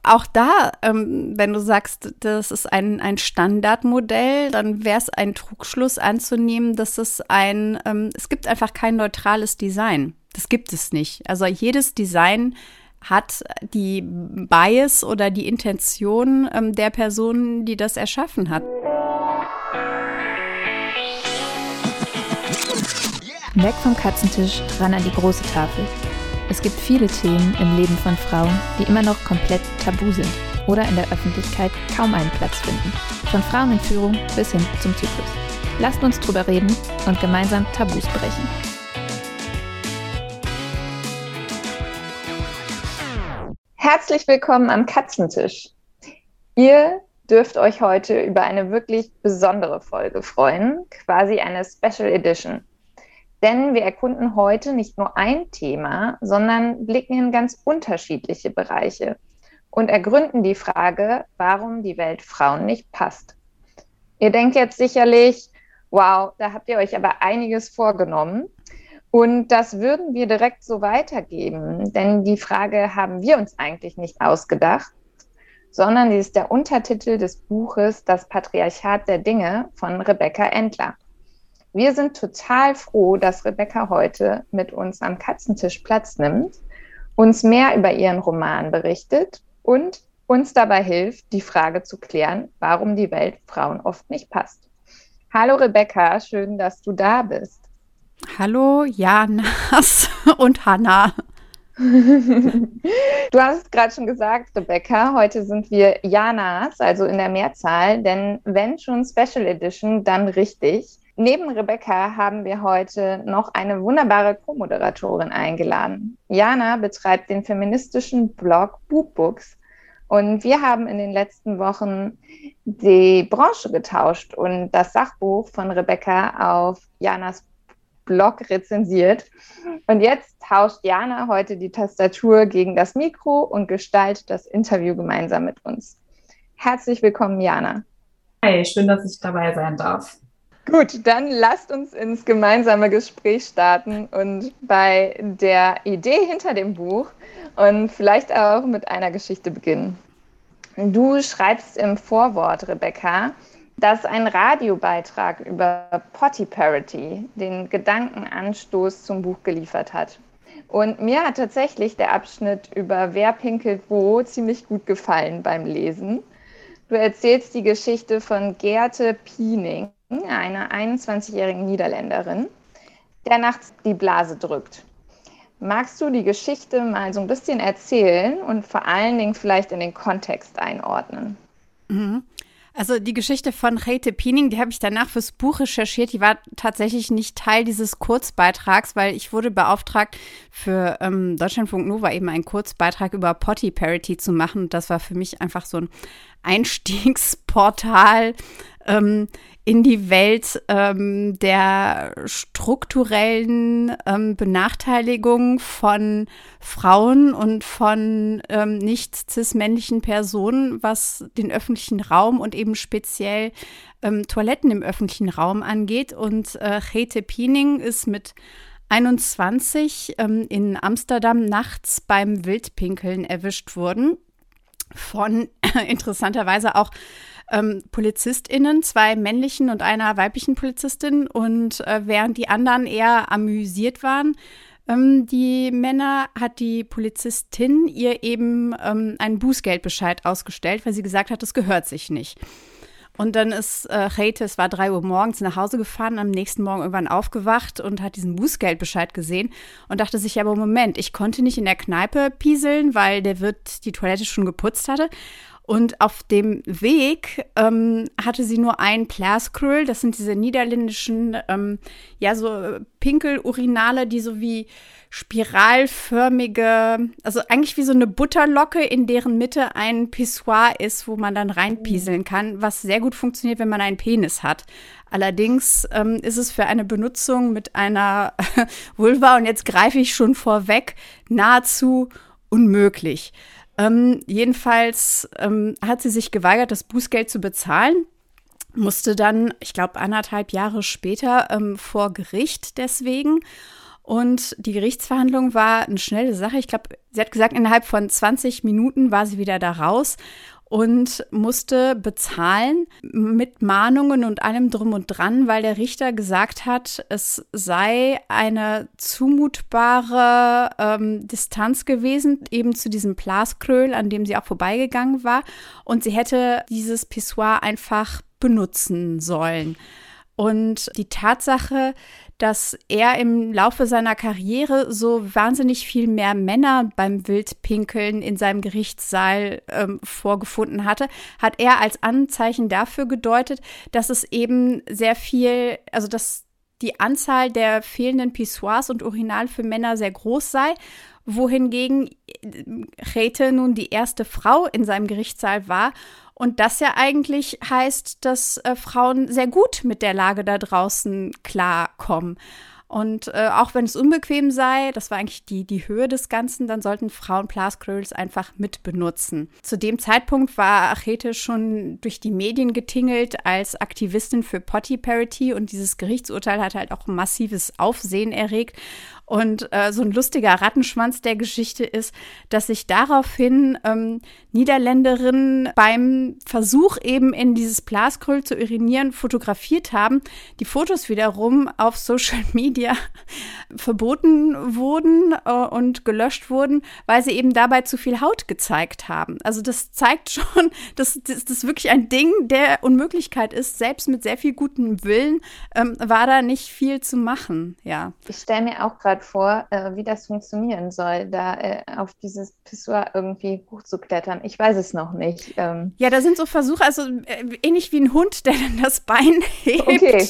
auch da, wenn du sagst, das ist ein Standardmodell, dann wäre es ein Trugschluss anzunehmen, dass es es gibt einfach kein neutrales Design. Das gibt es nicht. Also jedes Design hat die Bias oder die Intention der Person, die das erschaffen hat. Weg vom Katzentisch, ran an die große Tafel. Es gibt viele Themen im Leben von Frauen, die immer noch komplett tabu sind oder in der Öffentlichkeit kaum einen Platz finden. Von Frauen in Führung bis hin zum Zyklus. Lasst uns drüber reden und gemeinsam Tabus brechen. Herzlich willkommen am Katzentisch. Ihr dürft euch heute über eine wirklich besondere Folge freuen, quasi eine Special Edition. Denn wir erkunden heute nicht nur ein Thema, sondern blicken in ganz unterschiedliche Bereiche und ergründen die Frage, warum die Welt Frauen nicht passt. Ihr denkt jetzt sicherlich, wow, da habt ihr euch aber einiges vorgenommen. Und das würden wir direkt so weitergeben, denn die Frage haben wir uns eigentlich nicht ausgedacht, sondern die ist der Untertitel des Buches Das Patriarchat der Dinge von Rebecca Endler. Wir sind total froh, dass Rebecca heute mit uns am Katzentisch Platz nimmt, uns mehr über ihren Roman berichtet und uns dabei hilft, die Frage zu klären, warum die Welt Frauen oft nicht passt. Hallo Rebecca, schön, dass du da bist. Hallo Janas und Hannah. Du hast es gerade schon gesagt, Rebecca, heute sind wir Janas, also in der Mehrzahl, denn wenn schon Special Edition, dann richtig. Neben Rebecca haben wir heute noch eine wunderbare Co-Moderatorin eingeladen. Jana betreibt den feministischen Blog Boobbooks und wir haben in den letzten Wochen die Branche getauscht und das Sachbuch von Rebecca auf Janas Blog rezensiert. Und jetzt tauscht Jana heute die Tastatur gegen das Mikro und gestaltet das Interview gemeinsam mit uns. Herzlich willkommen, Jana. Hi, schön, dass ich dabei sein darf. Gut, dann lasst uns ins gemeinsame Gespräch starten und bei der Idee hinter dem Buch und vielleicht auch mit einer Geschichte beginnen. Du schreibst im Vorwort, Rebecca, dass ein Radiobeitrag über Potty Parity den Gedankenanstoß zum Buch geliefert hat. Und mir hat tatsächlich der Abschnitt über wer pinkelt wo ziemlich gut gefallen beim Lesen. Du erzählst die Geschichte von Geerte Piening, einer 21-jährigen Niederländerin, der nachts die Blase drückt. Magst du die Geschichte mal so ein bisschen erzählen und vor allen Dingen vielleicht in den Kontext einordnen? Also die Geschichte von Geerte Piening, die habe ich danach fürs Buch recherchiert. Die war tatsächlich nicht Teil dieses Kurzbeitrags, weil ich wurde beauftragt, für Deutschlandfunk Nova eben einen Kurzbeitrag über Potty Parity zu machen. Und das war für mich einfach so ein Einstiegsportal in die Welt der strukturellen Benachteiligung von Frauen und von nicht cis-männlichen Personen, was den öffentlichen Raum und eben speziell Toiletten im öffentlichen Raum angeht. Und Geerte Piening ist mit 21 in Amsterdam nachts beim Wildpinkeln erwischt worden von interessanterweise auch PolizistInnen, 2 männlichen und einer weiblichen Polizistin. Und während die anderen eher amüsiert waren, die Männer, hat die Polizistin ihr eben einen Bußgeldbescheid ausgestellt, weil sie gesagt hat, das gehört sich nicht. Und dann ist Geerte, es war 3 Uhr morgens, nach Hause gefahren, am nächsten Morgen irgendwann aufgewacht und hat diesen Bußgeldbescheid gesehen und dachte sich, aber Moment, ich konnte nicht in der Kneipe pieseln, weil der Wirt die Toilette schon geputzt hatte. Und auf dem Weg hatte sie nur ein Plaskrül, das sind diese niederländischen, so Pinkelurinale, die so wie spiralförmige, also eigentlich wie so eine Butterlocke, in deren Mitte ein Pissoir ist, wo man dann reinpieseln kann, was sehr gut funktioniert, wenn man einen Penis hat. Allerdings ist es für eine Benutzung mit einer Vulva, und jetzt greife ich schon vorweg, nahezu unmöglich. Jedenfalls hat sie sich geweigert, das Bußgeld zu bezahlen, musste dann, ich glaube, 1,5 Jahre später vor Gericht deswegen Und die Gerichtsverhandlung war eine schnelle Sache. Ich glaube, sie hat gesagt, innerhalb von 20 Minuten war sie wieder da raus und musste bezahlen mit Mahnungen und allem drum und dran, weil der Richter gesagt hat, es sei eine zumutbare Distanz gewesen, eben zu diesem Plaskröll, an dem sie auch vorbeigegangen war. Und sie hätte dieses Pissoir einfach benutzen sollen. Und die Tatsache, dass er im Laufe seiner Karriere so wahnsinnig viel mehr Männer beim Wildpinkeln in seinem Gerichtssaal vorgefunden hatte, hat er als Anzeichen dafür gedeutet, dass es eben sehr viel, also dass die Anzahl der fehlenden Pissoirs und Urinal für Männer sehr groß sei, wohingegen Grete nun die erste Frau in seinem Gerichtssaal war. Und das ja eigentlich heißt, dass Frauen sehr gut mit der Lage da draußen klarkommen. Und auch wenn es unbequem sei, das war eigentlich die Höhe des Ganzen, dann sollten Frauen Plaskröls einfach mit benutzen. Zu dem Zeitpunkt war Grete schon durch die Medien getingelt als Aktivistin für Potty Parity und dieses Gerichtsurteil hat halt auch massives Aufsehen erregt. Und so ein lustiger Rattenschwanz der Geschichte ist, dass sich daraufhin Niederländerinnen beim Versuch eben in dieses Plaskröll zu urinieren fotografiert haben. Die Fotos wiederum auf Social Media verboten wurden und gelöscht wurden, weil sie eben dabei zu viel Haut gezeigt haben. Also das zeigt schon, dass das wirklich ein Ding der Unmöglichkeit ist. Selbst mit sehr viel gutem Willen war da nicht viel zu machen. Ja. Ich stelle mir auch gerade vor, wie das funktionieren soll, da auf dieses Pissoir irgendwie hochzuklettern. Ich weiß es noch nicht. Ja, da sind so Versuche, also ähnlich wie ein Hund, der dann das Bein hebt. Okay.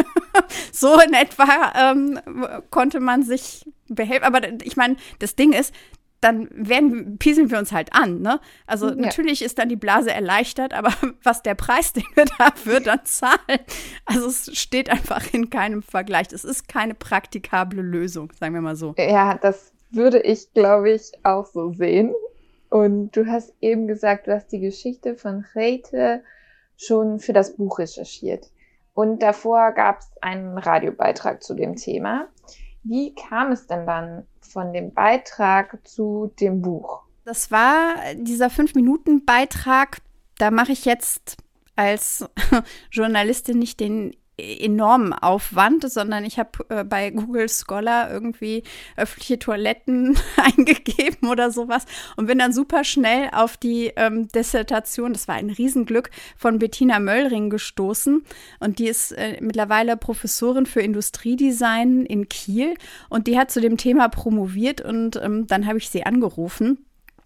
So in etwa konnte man sich behelfen. Aber ich meine, das Ding ist, dann pieseln wir uns halt an, ne? Also natürlich ist dann die Blase erleichtert, aber was der Preis, den wir dafür dann zahlen, also es steht einfach in keinem Vergleich. Es ist keine praktikable Lösung, sagen wir mal so. Ja, das würde ich, glaube ich, auch so sehen. Und du hast eben gesagt, du hast die Geschichte von Grete schon für das Buch recherchiert. Und davor gab es einen Radiobeitrag zu dem Thema. Wie kam es denn dann von dem Beitrag zu dem Buch? Das war dieser 5-Minuten-Beitrag. Da mache ich jetzt als Journalistin nicht den enormen Aufwand, sondern ich habe bei Google Scholar irgendwie öffentliche Toiletten eingegeben oder sowas und bin dann super schnell auf die Dissertation, das war ein Riesenglück, von Bettina Möllring gestoßen und die ist mittlerweile Professorin für Industriedesign in Kiel und die hat zu dem Thema promoviert und dann habe ich sie angerufen.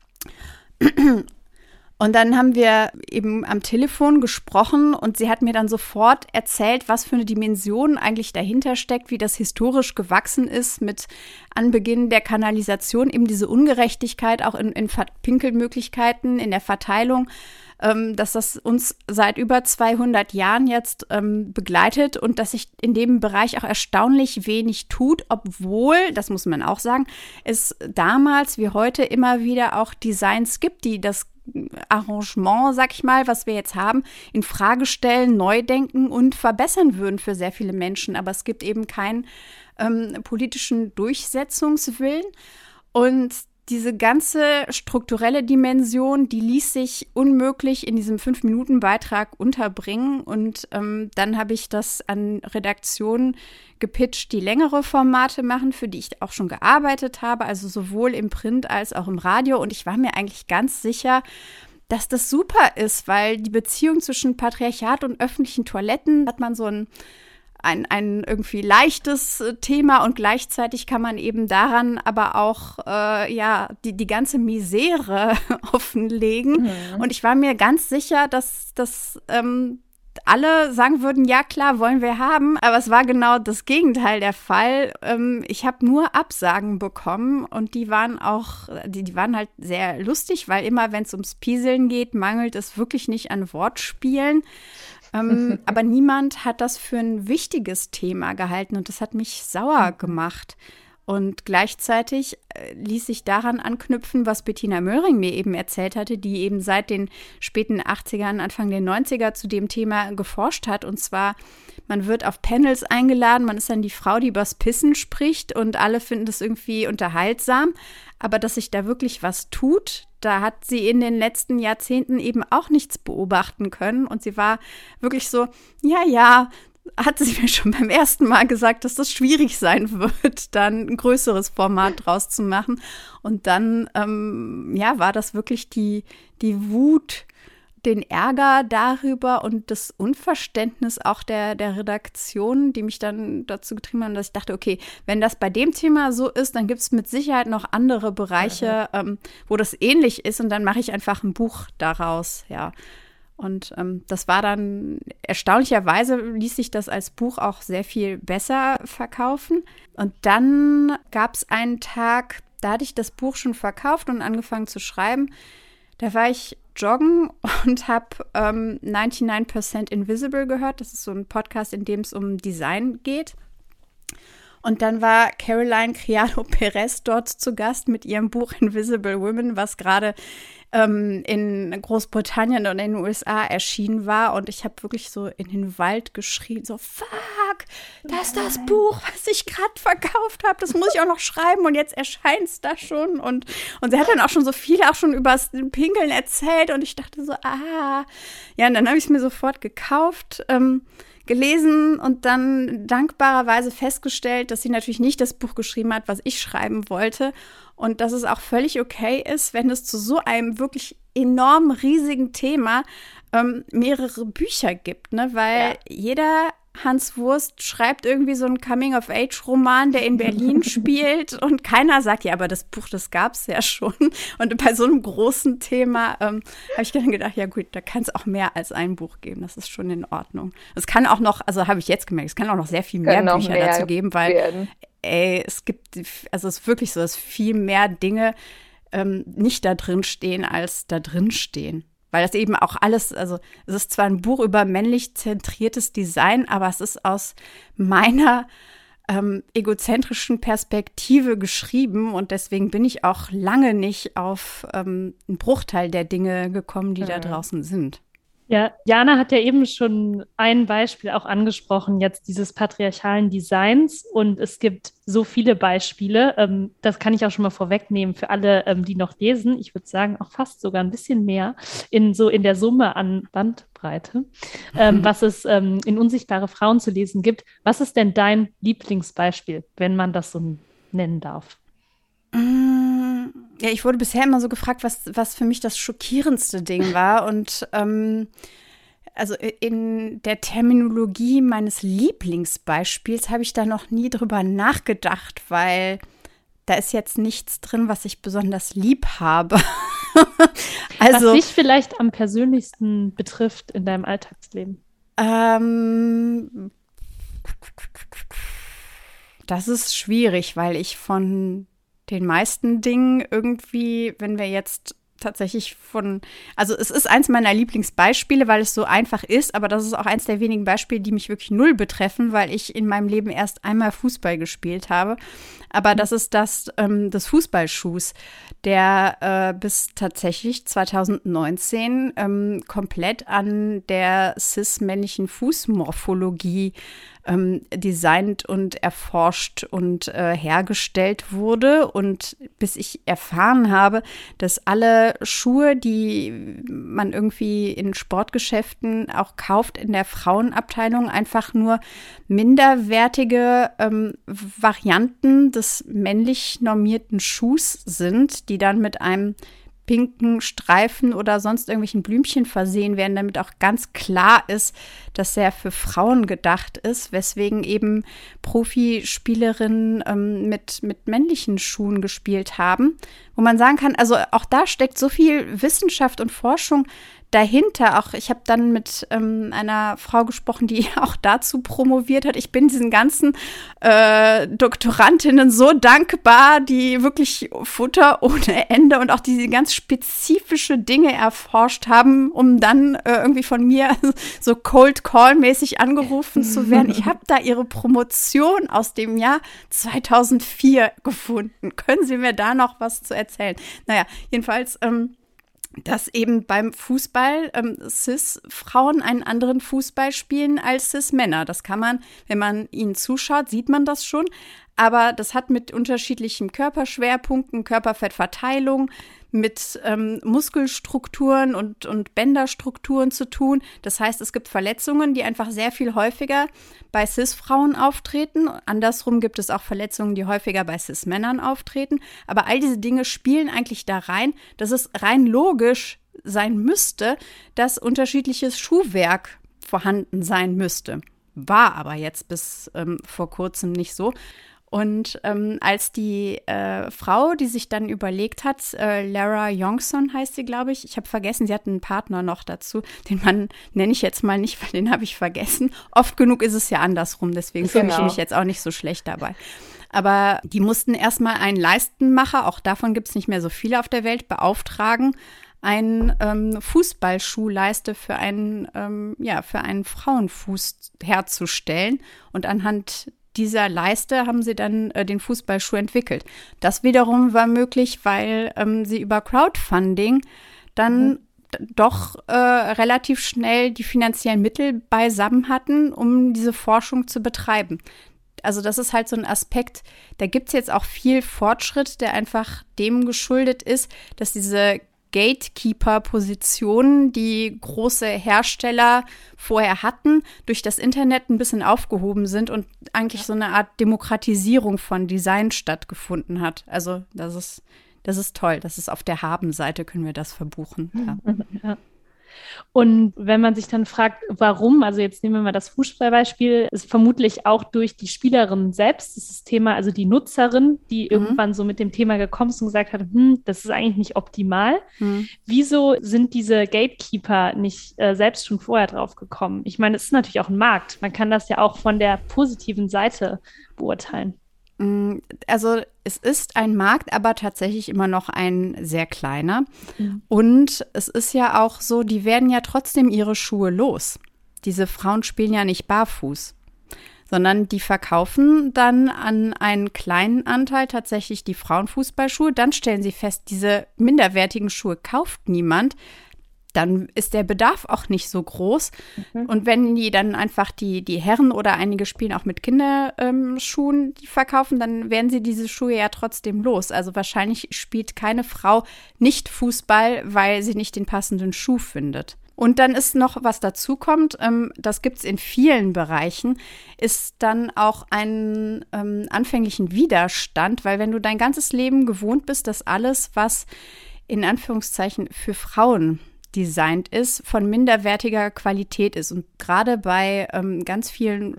Und dann haben wir eben am Telefon gesprochen und sie hat mir dann sofort erzählt, was für eine Dimension eigentlich dahinter steckt, wie das historisch gewachsen ist mit Anbeginn der Kanalisation, eben diese Ungerechtigkeit auch in Pinkelmöglichkeiten, in der Verteilung, dass das uns seit über 200 Jahren jetzt begleitet und dass sich in dem Bereich auch erstaunlich wenig tut, obwohl, das muss man auch sagen, es damals wie heute immer wieder auch Designs gibt, die das Arrangement, sag ich mal, was wir jetzt haben, in Frage stellen, neu denken und verbessern würden für sehr viele Menschen. Aber es gibt eben keinen politischen Durchsetzungswillen. Und diese ganze strukturelle Dimension, die ließ sich unmöglich in diesem 5-Minuten-Beitrag unterbringen. Und dann habe ich das an Redaktionen gepitcht, die längere Formate machen, für die ich auch schon gearbeitet habe, also sowohl im Print als auch im Radio. Und ich war mir eigentlich ganz sicher, dass das super ist, weil die Beziehung zwischen Patriarchat und öffentlichen Toiletten hat man so ein irgendwie leichtes Thema und gleichzeitig kann man eben daran aber auch die ganze Misere offenlegen. Mhm. Und ich war mir ganz sicher, dass das alle sagen würden, ja klar, wollen wir haben. Aber es war genau das Gegenteil der Fall. Ich habe nur Absagen bekommen und die waren auch, die waren halt sehr lustig, weil immer, wenn es ums Pieseln geht, mangelt es wirklich nicht an Wortspielen. Aber niemand hat das für ein wichtiges Thema gehalten und das hat mich sauer gemacht. Und gleichzeitig ließ sich daran anknüpfen, was Bettina Möhring mir eben erzählt hatte, die eben seit den späten 80ern, Anfang der 90er zu dem Thema geforscht hat. Und zwar, man wird auf Panels eingeladen, man ist dann die Frau, die übers Pissen spricht und alle finden das irgendwie unterhaltsam. Aber dass sich da wirklich was tut, da hat sie in den letzten Jahrzehnten eben auch nichts beobachten können. Und sie war wirklich so, ja, hatte sie mir schon beim ersten Mal gesagt, dass das schwierig sein wird, dann ein größeres Format draus zu machen. Und dann, war das wirklich die Wut, den Ärger darüber und das Unverständnis auch der Redaktion, die mich dann dazu getrieben haben, dass ich dachte, okay, wenn das bei dem Thema so ist, dann gibt es mit Sicherheit noch andere Bereiche, wo das ähnlich ist und dann mache ich einfach ein Buch daraus, ja. Und das war dann, erstaunlicherweise ließ sich das als Buch auch sehr viel besser verkaufen. Und dann gab es einen Tag, da hatte ich das Buch schon verkauft und angefangen zu schreiben. Da war ich joggen und habe 99% Invisible gehört. Das ist so ein Podcast, in dem es um Design geht. Und dann war Caroline Criado Perez dort zu Gast mit ihrem Buch Invisible Women, was gerade in Großbritannien und in den USA erschienen war. Und ich habe wirklich so in den Wald geschrien, so, fuck, das ist das Buch, was ich gerade verkauft habe. Das muss ich auch noch schreiben und jetzt erscheint es da schon. Und sie hat dann auch schon so viel auch schon übers Pinkeln erzählt. Und ich dachte so, Ja, und dann habe ich es mir sofort gekauft, gelesen und dann dankbarerweise festgestellt, dass sie natürlich nicht das Buch geschrieben hat, was ich schreiben wollte und dass es auch völlig okay ist, wenn es zu so einem wirklich enorm riesigen Thema mehrere Bücher gibt, ne? Weil jeder Hans Wurst schreibt irgendwie so einen Coming-of-Age-Roman, der in Berlin spielt und keiner sagt, ja, aber das Buch, das gab es ja schon. Und bei so einem großen Thema habe ich dann gedacht, ja gut, da kann es auch mehr als ein Buch geben, das ist schon in Ordnung. Es kann auch noch, also habe ich jetzt gemerkt, es kann auch noch sehr viel mehr Bücher dazu geben, weil es gibt, also es ist wirklich so, dass viel mehr Dinge nicht da drin stehen, als da drin stehen. Weil das eben auch alles, also es ist zwar ein Buch über männlich zentriertes Design, aber es ist aus meiner egozentrischen Perspektive geschrieben und deswegen bin ich auch lange nicht auf einen Bruchteil der Dinge gekommen, die da draußen sind. Ja, Jana hat ja eben schon ein Beispiel auch angesprochen, jetzt dieses patriarchalen Designs und es gibt so viele Beispiele, das kann ich auch schon mal vorwegnehmen für alle, die noch lesen, ich würde sagen auch fast sogar ein bisschen mehr in der Summe an Bandbreite, was es in Unsichtbare Frauen zu lesen gibt. Was ist denn dein Lieblingsbeispiel, wenn man das so nennen darf? Ja, ich wurde bisher immer so gefragt, was für mich das schockierendste Ding war. Und also in der Terminologie meines Lieblingsbeispiels habe ich da noch nie drüber nachgedacht, weil da ist jetzt nichts drin, was ich besonders lieb habe. Also, was dich vielleicht am persönlichsten betrifft in deinem Alltagsleben? Das ist schwierig, weil ich von den meisten Dingen irgendwie, wenn wir jetzt tatsächlich also es ist eins meiner Lieblingsbeispiele, weil es so einfach ist, aber das ist auch eins der wenigen Beispiele, die mich wirklich null betreffen, weil ich in meinem Leben erst einmal Fußball gespielt habe. Aber das ist das des Fußballschuhs, der bis tatsächlich 2019 komplett an der cis-männlichen Fußmorphologie designt und erforscht und hergestellt wurde. Und bis ich erfahren habe, dass alle Schuhe, die man irgendwie in Sportgeschäften auch kauft, in der Frauenabteilung einfach nur minderwertige Varianten des männlich normierten Schuhs sind, die dann mit einem pinken Streifen oder sonst irgendwelchen Blümchen versehen werden, damit auch ganz klar ist, dass er für Frauen gedacht ist, weswegen eben Profispielerinnen mit männlichen Schuhen gespielt haben, wo man sagen kann, also auch da steckt so viel Wissenschaft und Forschung dahinter. Auch ich habe dann mit einer Frau gesprochen, die auch dazu promoviert hat. Ich bin diesen ganzen Doktorandinnen so dankbar, die wirklich Futter ohne Ende und auch diese ganz spezifische Dinge erforscht haben, um dann irgendwie von mir so Cold Call-mäßig angerufen zu werden. Ich habe da ihre Promotion aus dem Jahr 2004 gefunden. Können Sie mir da noch was zu erzählen? Naja, jedenfalls dass eben beim Fußball Cis-Frauen einen anderen Fußball spielen als Cis-Männer. Das kann man, wenn man ihnen zuschaut, sieht man das schon. Aber das hat mit unterschiedlichen Körperschwerpunkten, Körperfettverteilung, mit Muskelstrukturen und Bänderstrukturen zu tun. Das heißt, es gibt Verletzungen, die einfach sehr viel häufiger bei Cis-Frauen auftreten. Andersrum gibt es auch Verletzungen, die häufiger bei Cis-Männern auftreten. Aber all diese Dinge spielen eigentlich da rein, dass es rein logisch sein müsste, dass unterschiedliches Schuhwerk vorhanden sein müsste. War aber jetzt bis vor kurzem nicht so. Und als die Frau, die sich dann überlegt hat, Lara Johnson heißt sie, glaube ich habe vergessen, sie hat einen Partner noch dazu, den Mann nenne ich jetzt mal nicht, weil den habe ich vergessen. Oft genug ist es ja andersrum, deswegen fühle ich mich jetzt auch nicht so schlecht dabei. Aber die mussten erstmal einen Leistenmacher, auch davon gibt es nicht mehr so viele auf der Welt, beauftragen, eine Fußballschuhleiste für einen Frauenfuß herzustellen. Und anhand dieser Leiste haben sie dann den Fußballschuh entwickelt. Das wiederum war möglich, weil sie über Crowdfunding dann doch relativ schnell die finanziellen Mittel beisammen hatten, um diese Forschung zu betreiben. Also das ist halt so ein Aspekt, da gibt es jetzt auch viel Fortschritt, der einfach dem geschuldet ist, dass diese Gatekeeper-Positionen, die große Hersteller vorher hatten, durch das Internet ein bisschen aufgehoben sind und eigentlich so eine Art Demokratisierung von Design stattgefunden hat. Also das ist toll. Das ist auf der Haben-Seite, können wir das verbuchen. Ja. Ja. Und wenn man sich dann fragt, warum, also jetzt nehmen wir mal das Fußballbeispiel, ist vermutlich auch durch die Spielerin selbst, das Thema, also die Nutzerin, die irgendwann so mit dem Thema gekommen ist und gesagt hat, das ist eigentlich nicht optimal. Wieso sind diese Gatekeeper nicht selbst schon vorher drauf gekommen? Ich meine, es ist natürlich auch ein Markt. Man kann das ja auch von der positiven Seite beurteilen. Also es ist ein Markt, aber tatsächlich immer noch ein sehr kleiner. Und es ist ja auch so, die werden ja trotzdem ihre Schuhe los. Diese Frauen spielen ja nicht barfuß, sondern die verkaufen dann an einen kleinen Anteil tatsächlich die Frauenfußballschuhe. Dann stellen sie fest, diese minderwertigen Schuhe kauft niemand. Dann ist der Bedarf auch nicht so groß. Und wenn die dann einfach die Herren oder einige spielen auch mit Kinderschuhen, die verkaufen, dann werden sie diese Schuhe ja trotzdem los. Also wahrscheinlich spielt keine Frau nicht Fußball, weil sie nicht den passenden Schuh findet. Und dann ist noch, was dazu kommt, das gibt es in vielen Bereichen, ist dann auch einen anfänglichen Widerstand, weil wenn du dein ganzes Leben gewohnt bist, dass alles, was in Anführungszeichen für Frauen designt ist, von minderwertiger Qualität ist. Und gerade bei ganz vielen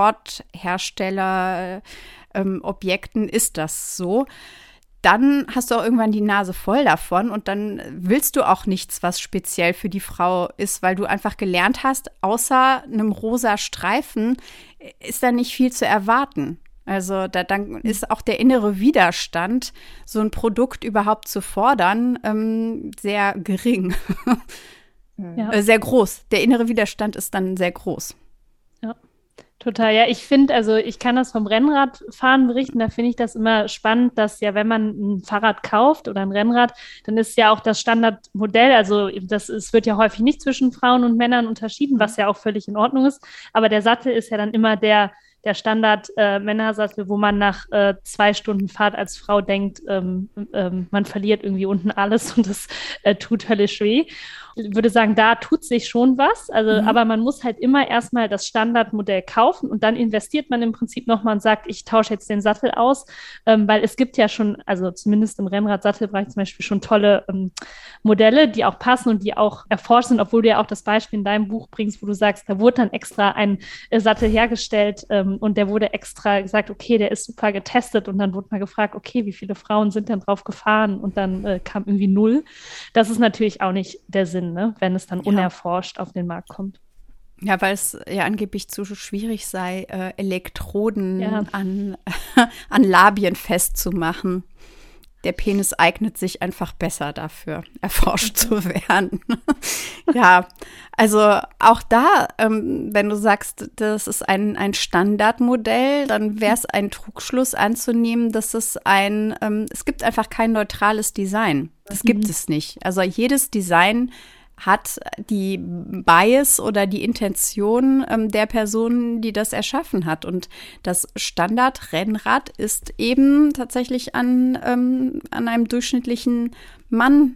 Sporthersteller-Objekten ist das so. Dann hast du auch irgendwann die Nase voll davon und dann willst du auch nichts, was speziell für die Frau ist, weil du einfach gelernt hast, außer einem rosa Streifen ist da nicht viel zu erwarten. Also dann ist auch der innere Widerstand, so ein Produkt überhaupt zu fordern, sehr gering. Ja. Sehr groß. Der innere Widerstand ist dann sehr groß. Ja, total. Ja, ich finde, also ich kann das vom Rennradfahren berichten, da finde ich das immer spannend, dass ja, wenn man ein Fahrrad kauft oder ein Rennrad, dann ist ja auch das Standardmodell, also es wird ja häufig nicht zwischen Frauen und Männern unterschieden, was ja auch völlig in Ordnung ist, aber der Sattel ist ja dann immer der Standard-Männersattel, wo man nach 2 Stunden Fahrt als Frau denkt, man verliert irgendwie unten alles und das tut höllisch weh. würde sagen, da tut sich schon was. Also, aber man muss halt immer erstmal das Standardmodell kaufen und dann investiert man im Prinzip nochmal und sagt, ich tausche jetzt den Sattel aus, weil es gibt ja schon, also zumindest im Rennrad-Sattelbereich zum Beispiel schon tolle Modelle, die auch passen und die auch erforscht sind, obwohl du ja auch das Beispiel in deinem Buch bringst, wo du sagst, da wurde dann extra ein Sattel hergestellt und der wurde extra gesagt, okay, der ist super getestet und dann wurde mal gefragt, okay, wie viele Frauen sind denn drauf gefahren und dann kam irgendwie 0. Das ist natürlich auch nicht der Sinn, ne? Wenn es dann unerforscht auf den Markt kommt. Ja, weil es ja angeblich zu schwierig sei, Elektroden an Labien festzumachen. Der Penis eignet sich einfach besser dafür, erforscht zu werden. Ja, also auch da, wenn du sagst, das ist ein Standardmodell, dann wäre es ein Trugschluss anzunehmen, dass es es gibt einfach kein neutrales Design. Das gibt es nicht. Also jedes Design hat die Bias oder die Intention der Person, die das erschaffen hat. Und das Standardrennrad ist eben tatsächlich an einem durchschnittlichen Mann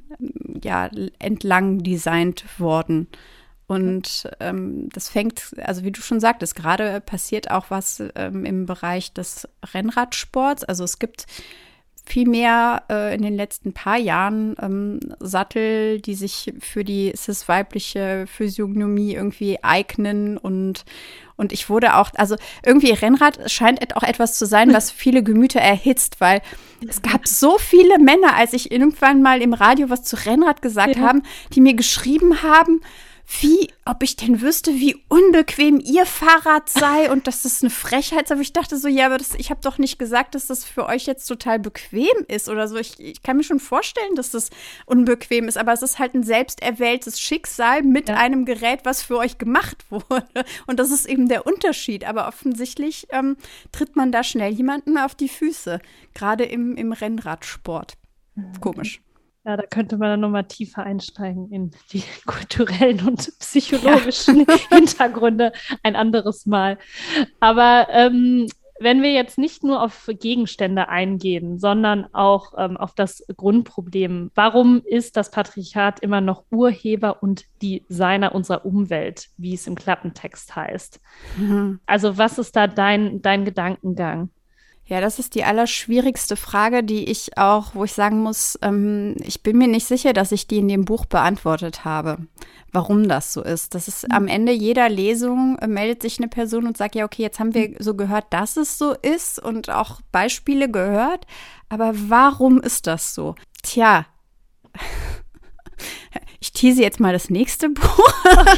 entlang designt worden. Und das fängt, also wie du schon sagtest, gerade passiert auch was im Bereich des Rennradsports. Also es gibt viel mehr in den letzten paar Jahren Sattel, die sich für die cis-weibliche Physiognomie irgendwie eignen und ich wurde auch, also irgendwie Rennrad scheint auch etwas zu sein, was viele Gemüter erhitzt, weil es gab so viele Männer, als ich irgendwann mal im Radio was zu Rennrad gesagt haben, die mir geschrieben haben, ob ich denn wüsste, wie unbequem ihr Fahrrad sei und dass das eine Frechheit sei. Aber ich dachte so, ja, aber ich habe doch nicht gesagt, dass das für euch jetzt total bequem ist oder so. Ich kann mir schon vorstellen, dass das unbequem ist, aber es ist halt ein selbsterwähltes Schicksal mit einem Gerät, was für euch gemacht wurde. Und das ist eben der Unterschied. Aber offensichtlich tritt man da schnell jemanden auf die Füße, gerade im Rennradsport. Komisch. Ja, da könnte man dann nochmal tiefer einsteigen in die kulturellen und psychologischen Hintergründe ein anderes Mal. Aber wenn wir jetzt nicht nur auf Gegenstände eingehen, sondern auch auf das Grundproblem, warum ist das Patriarchat immer noch Urheber und Designer unserer Umwelt, wie es im Klappentext heißt? Also was ist da dein Gedankengang? Ja, das ist die allerschwierigste Frage, wo ich sagen muss, ich bin mir nicht sicher, dass ich die in dem Buch beantwortet habe, warum das so ist. Das ist am Ende jeder Lesung meldet sich eine Person und sagt, ja, okay, jetzt haben wir so gehört, dass es so ist und auch Beispiele gehört, aber warum ist das so? Tja, ich tease jetzt mal das nächste Buch.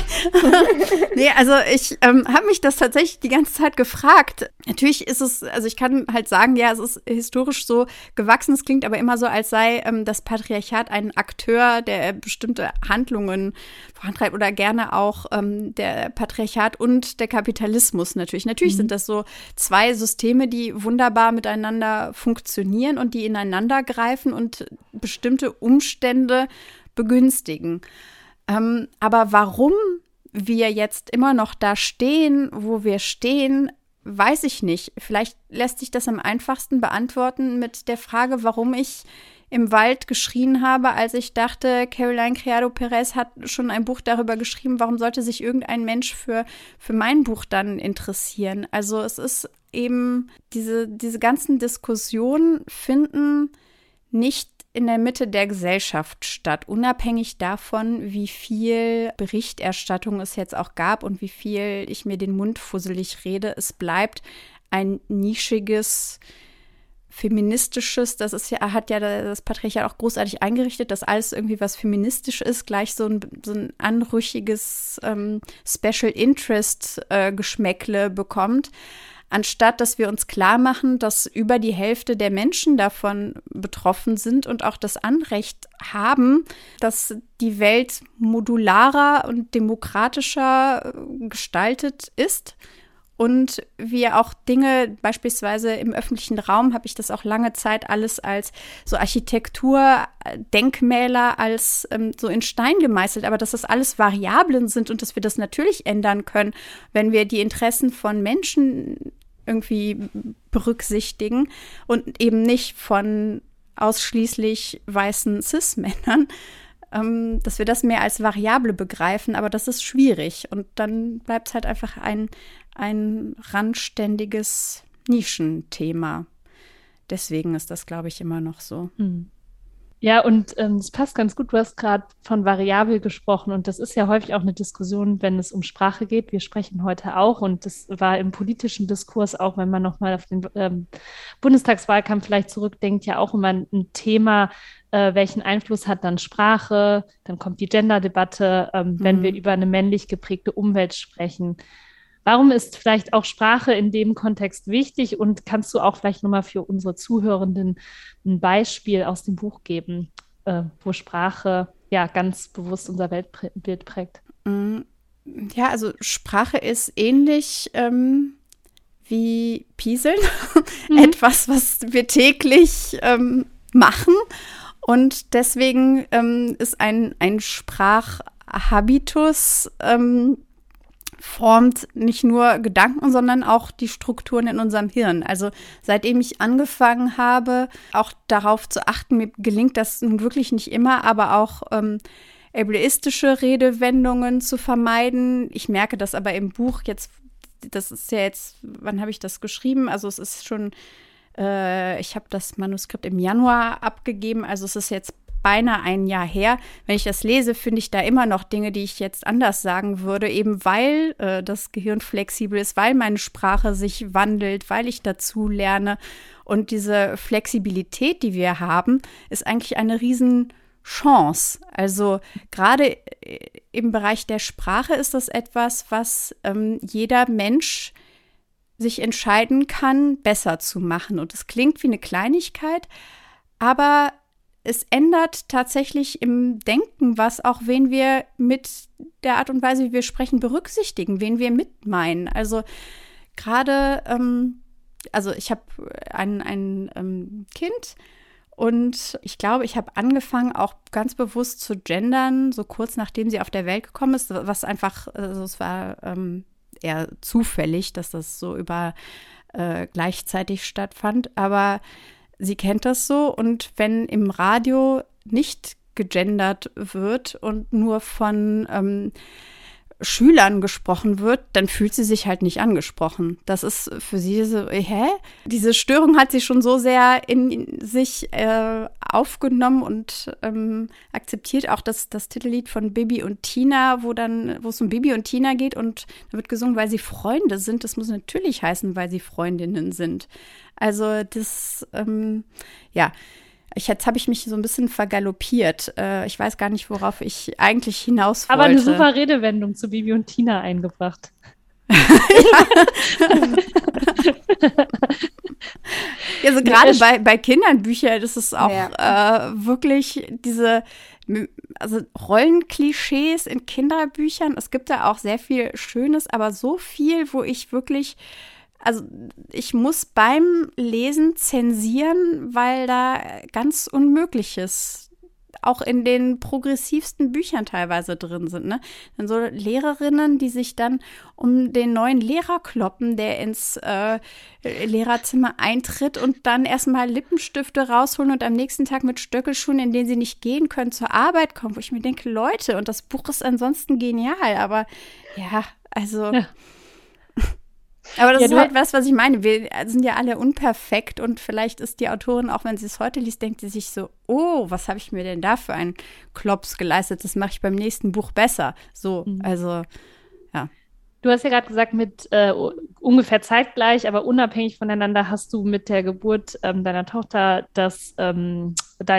Nee, also ich habe mich das tatsächlich die ganze Zeit gefragt. Natürlich ist es, also ich kann halt sagen, ja, es ist historisch so gewachsen. Es klingt aber immer so, als sei das Patriarchat ein Akteur, der bestimmte Handlungen vorantreibt oder gerne auch der Patriarchat und der Kapitalismus natürlich. Natürlich sind das so zwei Systeme, die wunderbar miteinander funktionieren und die ineinander greifen und bestimmte Umstände begünstigen. Aber warum wir jetzt immer noch da stehen, wo wir stehen, weiß ich nicht. Vielleicht lässt sich das am einfachsten beantworten mit der Frage, warum ich im Wald geschrien habe, als ich dachte, Caroline Criado Perez hat schon ein Buch darüber geschrieben, warum sollte sich irgendein Mensch für mein Buch dann interessieren? Also es ist eben, diese ganzen Diskussionen finden nicht in der Mitte der Gesellschaft statt, unabhängig davon, wie viel Berichterstattung es jetzt auch gab und wie viel ich mir den Mund fusselig rede. Es bleibt ein nischiges, feministisches, hat ja das Patriarchat auch großartig eingerichtet, dass alles irgendwie, was feministisch ist, gleich so ein anrüchiges Special Interest Geschmäckle bekommt. Anstatt dass wir uns klar machen, dass über die Hälfte der Menschen davon betroffen sind und auch das Anrecht haben, dass die Welt modularer und demokratischer gestaltet ist und wir auch Dinge, beispielsweise im öffentlichen Raum habe ich das auch lange Zeit alles als so Architekturdenkmäler als so in Stein gemeißelt, aber dass das alles Variablen sind und dass wir das natürlich ändern können, wenn wir die Interessen von Menschen irgendwie berücksichtigen und eben nicht von ausschließlich weißen Cis-Männern. dass wir das mehr als Variable begreifen, aber das ist schwierig. Und dann bleibt es halt einfach ein randständiges Nischenthema. Deswegen ist das, glaube ich, immer noch so. Ja, und es passt ganz gut. Du hast gerade von variabel gesprochen und das ist ja häufig auch eine Diskussion, wenn es um Sprache geht. Wir sprechen heute auch und das war im politischen Diskurs auch, wenn man nochmal auf den Bundestagswahlkampf vielleicht zurückdenkt, ja auch immer ein Thema, welchen Einfluss hat dann Sprache? Dann kommt die Gender-Debatte, wenn wir über eine männlich geprägte Umwelt sprechen. Warum ist vielleicht auch Sprache in dem Kontext wichtig? Und kannst du auch vielleicht nochmal für unsere Zuhörenden ein Beispiel aus dem Buch geben, wo Sprache ja ganz bewusst unser Weltbild prägt? Ja, also Sprache ist ähnlich wie Pieseln. Etwas, was wir täglich machen. Und deswegen ist ein Sprachhabitus formt nicht nur Gedanken, sondern auch die Strukturen in unserem Hirn. Also seitdem ich angefangen habe, auch darauf zu achten, mir gelingt das nun wirklich nicht immer, aber auch ableistische Redewendungen zu vermeiden. Ich merke das aber im Buch jetzt, das ist ja jetzt, wann habe ich das geschrieben? Also es ist schon, ich habe das Manuskript im Januar abgegeben, also es ist jetzt beinahe ein Jahr her. Wenn ich das lese, finde ich da immer noch Dinge, die ich jetzt anders sagen würde, eben weil das Gehirn flexibel ist, weil meine Sprache sich wandelt, weil ich dazu lerne. Und diese Flexibilität, die wir haben, ist eigentlich eine Riesenchance. Also gerade im Bereich der Sprache ist das etwas, was jeder Mensch sich entscheiden kann, besser zu machen. Und es klingt wie eine Kleinigkeit, aber es ändert tatsächlich im Denken was, auch wen wir mit der Art und Weise, wie wir sprechen, berücksichtigen, wen wir mitmeinen. Also gerade, also ich habe ein Kind und ich glaube, ich habe angefangen, auch ganz bewusst zu gendern, so kurz nachdem sie auf der Welt gekommen ist, was einfach, also es war eher zufällig, dass das so gleichzeitig stattfand, aber sie kennt das so und wenn im Radio nicht gegendert wird und nur von Schülern gesprochen wird, dann fühlt sie sich halt nicht angesprochen. Das ist für sie so, Diese Störung hat sie schon so sehr in sich aufgenommen und akzeptiert auch das Titellied von Bibi und Tina, wo es um Bibi und Tina geht und da wird gesungen, weil sie Freunde sind. Das muss natürlich heißen, weil sie Freundinnen sind. Also das, jetzt habe ich mich so ein bisschen vergaloppiert. Ich weiß gar nicht, worauf ich eigentlich hinaus wollte. Aber eine super Redewendung zu Bibi und Tina eingebracht. Ja, so gerade bei Kindernbüchern, das ist auch wirklich diese Rollenklischees in Kinderbüchern. Es gibt da auch sehr viel Schönes, aber so viel, wo ich wirklich ich muss beim Lesen zensieren, weil da ganz Unmögliches auch in den progressivsten Büchern teilweise drin sind, ne? Dann so Lehrerinnen, die sich dann um den neuen Lehrer kloppen, der ins Lehrerzimmer eintritt und dann erstmal Lippenstifte rausholen und am nächsten Tag mit Stöckelschuhen, in denen sie nicht gehen können, zur Arbeit kommen, wo ich mir denke, Leute, und das Buch ist ansonsten genial, aber ja, also ja. Aber das ist halt was ich meine. Wir sind ja alle unperfekt und vielleicht ist die Autorin, auch wenn sie es heute liest, denkt sie sich so, oh, was habe ich mir denn da für einen Klops geleistet? Das mache ich beim nächsten Buch besser. So, also, ja. Du hast ja gerade gesagt, mit ungefähr zeitgleich, aber unabhängig voneinander hast du mit der Geburt deiner Tochter deinen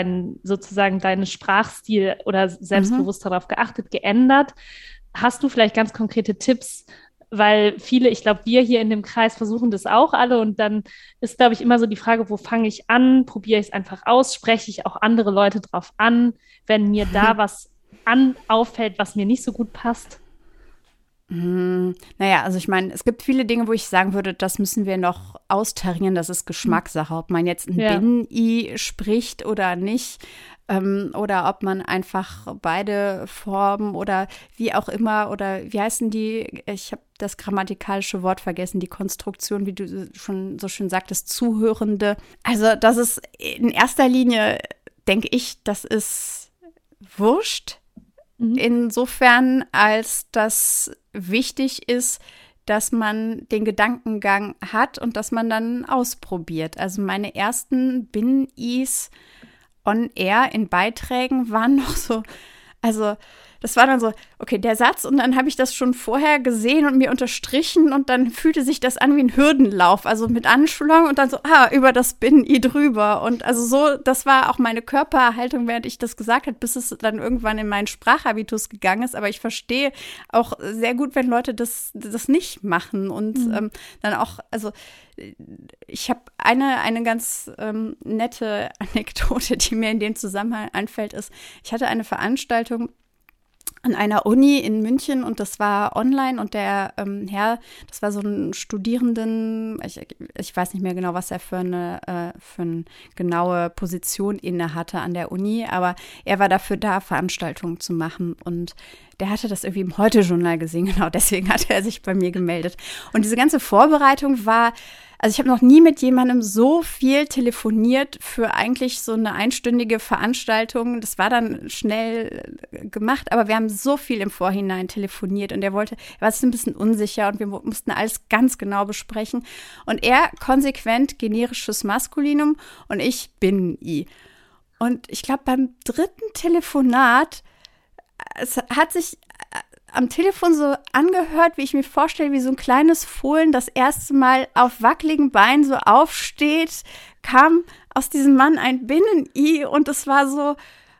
Sprachstil oder selbstbewusst darauf geachtet, geändert. Hast du vielleicht ganz konkrete Tipps? Weil viele, ich glaube, wir hier in dem Kreis versuchen das auch alle und dann ist, glaube ich, immer so die Frage, wo fange ich an? Probiere ich es einfach aus? Spreche ich auch andere Leute drauf an, wenn mir da was auffällt, was mir nicht so gut passt? Naja, also ich meine, es gibt viele Dinge, wo ich sagen würde, das müssen wir noch austarieren, das ist Geschmackssache, ob man jetzt ein Binnen-I spricht oder nicht. Oder ob man einfach beide Formen oder wie auch immer oder wie heißen die, ich habe das grammatikalische Wort vergessen, die Konstruktion, wie du schon so schön sagtest, Zuhörende. Also das ist in erster Linie, denke ich, das ist wurscht. Insofern, als das wichtig ist, dass man den Gedankengang hat und dass man dann ausprobiert. Also meine ersten Bin-Is on Air in Beiträgen waren noch so, also das war dann so, okay, der Satz, und dann habe ich das schon vorher gesehen und mir unterstrichen und dann fühlte sich das an wie ein Hürdenlauf, also mit Anschwung und dann so, über das Bin-I drüber. Und also so, das war auch meine Körperhaltung, während ich das gesagt habe, bis es dann irgendwann in meinen Sprachhabitus gegangen ist. Aber ich verstehe auch sehr gut, wenn Leute das nicht machen und dann auch, also ich habe eine ganz nette Anekdote, die mir in dem Zusammenhang einfällt, ist, ich hatte eine Veranstaltung an einer Uni in München und das war online und der Herr, das war so ein Studierenden, ich weiß nicht mehr genau, was er für eine genaue Position inne hatte an der Uni, aber er war dafür da, Veranstaltungen zu machen und der hatte das irgendwie im Heute-Journal gesehen, genau, deswegen hatte er sich bei mir gemeldet. Und diese ganze Vorbereitung war, also ich habe noch nie mit jemandem so viel telefoniert für eigentlich so eine einstündige Veranstaltung. Das war dann schnell gemacht, aber wir haben so viel im Vorhinein telefoniert und er war ein bisschen unsicher und wir mussten alles ganz genau besprechen. Und er konsequent generisches Maskulinum und ich Bin-I. Und ich glaube, beim dritten Telefonat, es hat sich am Telefon so angehört, wie ich mir vorstelle, wie so ein kleines Fohlen das erste Mal auf wackeligen Beinen so aufsteht, kam aus diesem Mann ein Binnen-I und es war so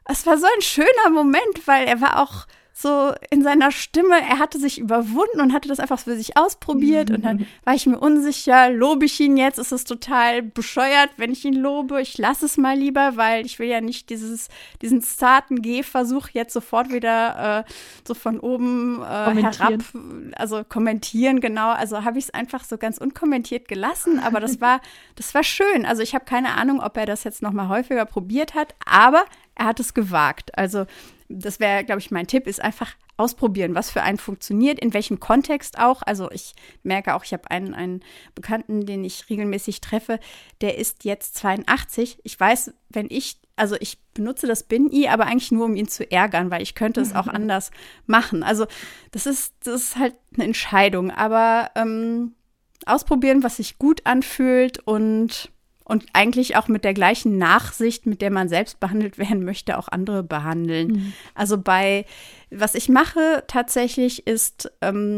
ein schöner Moment, weil er war auch so in seiner Stimme, er hatte sich überwunden und hatte das einfach für sich ausprobiert und dann war ich mir unsicher, lobe ich ihn jetzt, ist es total bescheuert, wenn ich ihn lobe, ich lasse es mal lieber, weil ich will ja nicht diesen zarten Gehversuch jetzt sofort wieder so von oben herab, also kommentieren, genau, also habe ich es einfach so ganz unkommentiert gelassen, aber das war schön, also ich habe keine Ahnung, ob er das jetzt noch mal häufiger probiert hat, aber er hat es gewagt, also das wäre, glaube ich, mein Tipp, ist einfach ausprobieren, was für einen funktioniert, in welchem Kontext auch. Also ich merke auch, ich habe einen Bekannten, den ich regelmäßig treffe, der ist jetzt 82. Ich weiß, ich benutze das Bin-I, aber eigentlich nur, um ihn zu ärgern, weil ich könnte es auch anders machen. Also das ist halt eine Entscheidung, aber ausprobieren, was sich gut anfühlt und eigentlich auch mit der gleichen Nachsicht, mit der man selbst behandelt werden möchte, auch andere behandeln. Also was ich mache tatsächlich ist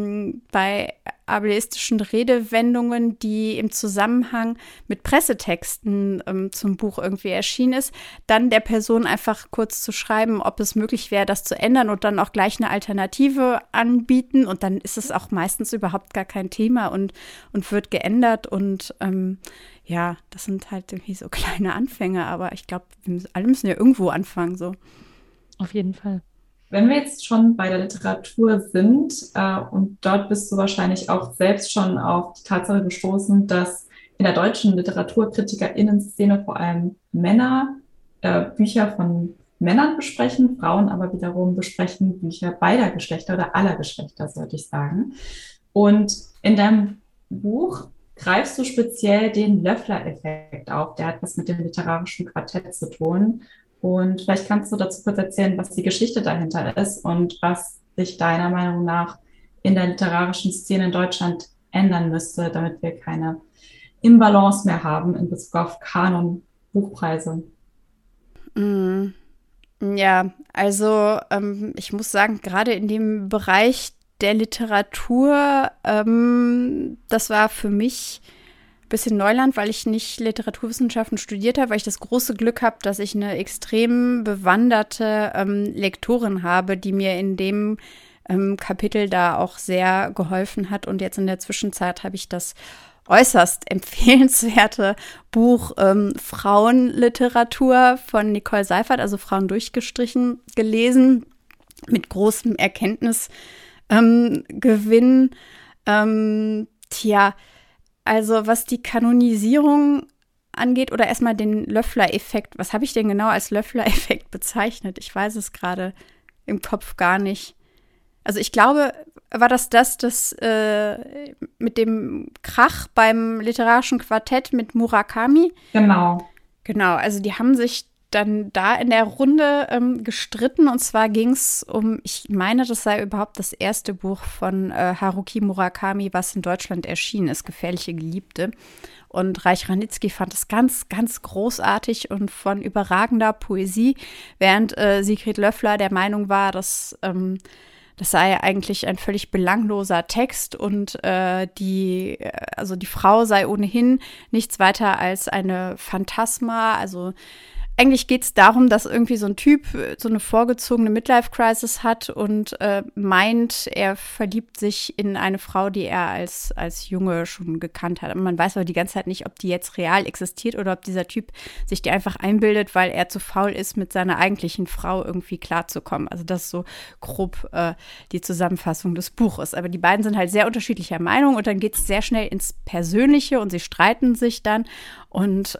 bei ableistischen Redewendungen, die im Zusammenhang mit Pressetexten zum Buch irgendwie erschienen ist, dann der Person einfach kurz zu schreiben, ob es möglich wäre, das zu ändern und dann auch gleich eine Alternative anbieten und dann ist es auch meistens überhaupt gar kein Thema und wird geändert und ja, das sind halt irgendwie so kleine Anfänge, aber ich glaube, alle müssen ja irgendwo anfangen, so. Auf jeden Fall. Wenn wir jetzt schon bei der Literatur sind, und dort bist du wahrscheinlich auch selbst schon auf die Tatsache gestoßen, dass in der deutschen LiteraturkritikerInnen-Szene vor allem Männer Bücher von Männern besprechen, Frauen aber wiederum besprechen Bücher beider Geschlechter oder aller Geschlechter, sollte ich sagen. Und in deinem Buch greifst du speziell den Löffler-Effekt auf. Der hat was mit dem literarischen Quartett zu tun. Und vielleicht kannst du dazu kurz erzählen, was die Geschichte dahinter ist und was sich deiner Meinung nach in der literarischen Szene in Deutschland ändern müsste, damit wir keine Imbalance mehr haben in Bezug auf Kanon, Buchpreise. Ja, also ich muss sagen, gerade in dem Bereich der Literatur, das war für mich ein bisschen Neuland, weil ich nicht Literaturwissenschaften studiert habe, weil ich das große Glück habe, dass ich eine extrem bewanderte Lektorin habe, die mir in dem Kapitel da auch sehr geholfen hat. Und jetzt in der Zwischenzeit habe ich das äußerst empfehlenswerte Buch Frauenliteratur von Nicole Seifert, also Frauen durchgestrichen, gelesen, mit großem Erkenntnisgewinn. Also was die Kanonisierung angeht, oder erstmal den Löffler-Effekt. Was habe ich denn genau als Löffler-Effekt bezeichnet? Ich weiß es gerade im Kopf gar nicht. Also ich glaube, war das mit dem Krach beim literarischen Quartett mit Murakami? Genau. Genau, also die haben sich dann da in der Runde gestritten. Und zwar ging es um, ich meine, das sei überhaupt das erste Buch von Haruki Murakami, was in Deutschland erschienen ist, Gefährliche Geliebte. Und Reich Ranitzky fand es ganz, ganz großartig und von überragender Poesie, während Sigrid Löffler der Meinung war, dass das sei eigentlich ein völlig belangloser Text und die Frau sei ohnehin nichts weiter als eine Phantasma. Also eigentlich geht es darum, dass irgendwie so ein Typ so eine vorgezogene Midlife-Crisis hat und meint, er verliebt sich in eine Frau, die er als Junge schon gekannt hat. Aber man weiß aber die ganze Zeit nicht, ob die jetzt real existiert oder ob dieser Typ sich die einfach einbildet, weil er zu faul ist, mit seiner eigentlichen Frau irgendwie klarzukommen. Also das ist so grob die Zusammenfassung des Buches. Aber die beiden sind halt sehr unterschiedlicher Meinung und dann geht es sehr schnell ins Persönliche und sie streiten sich dann und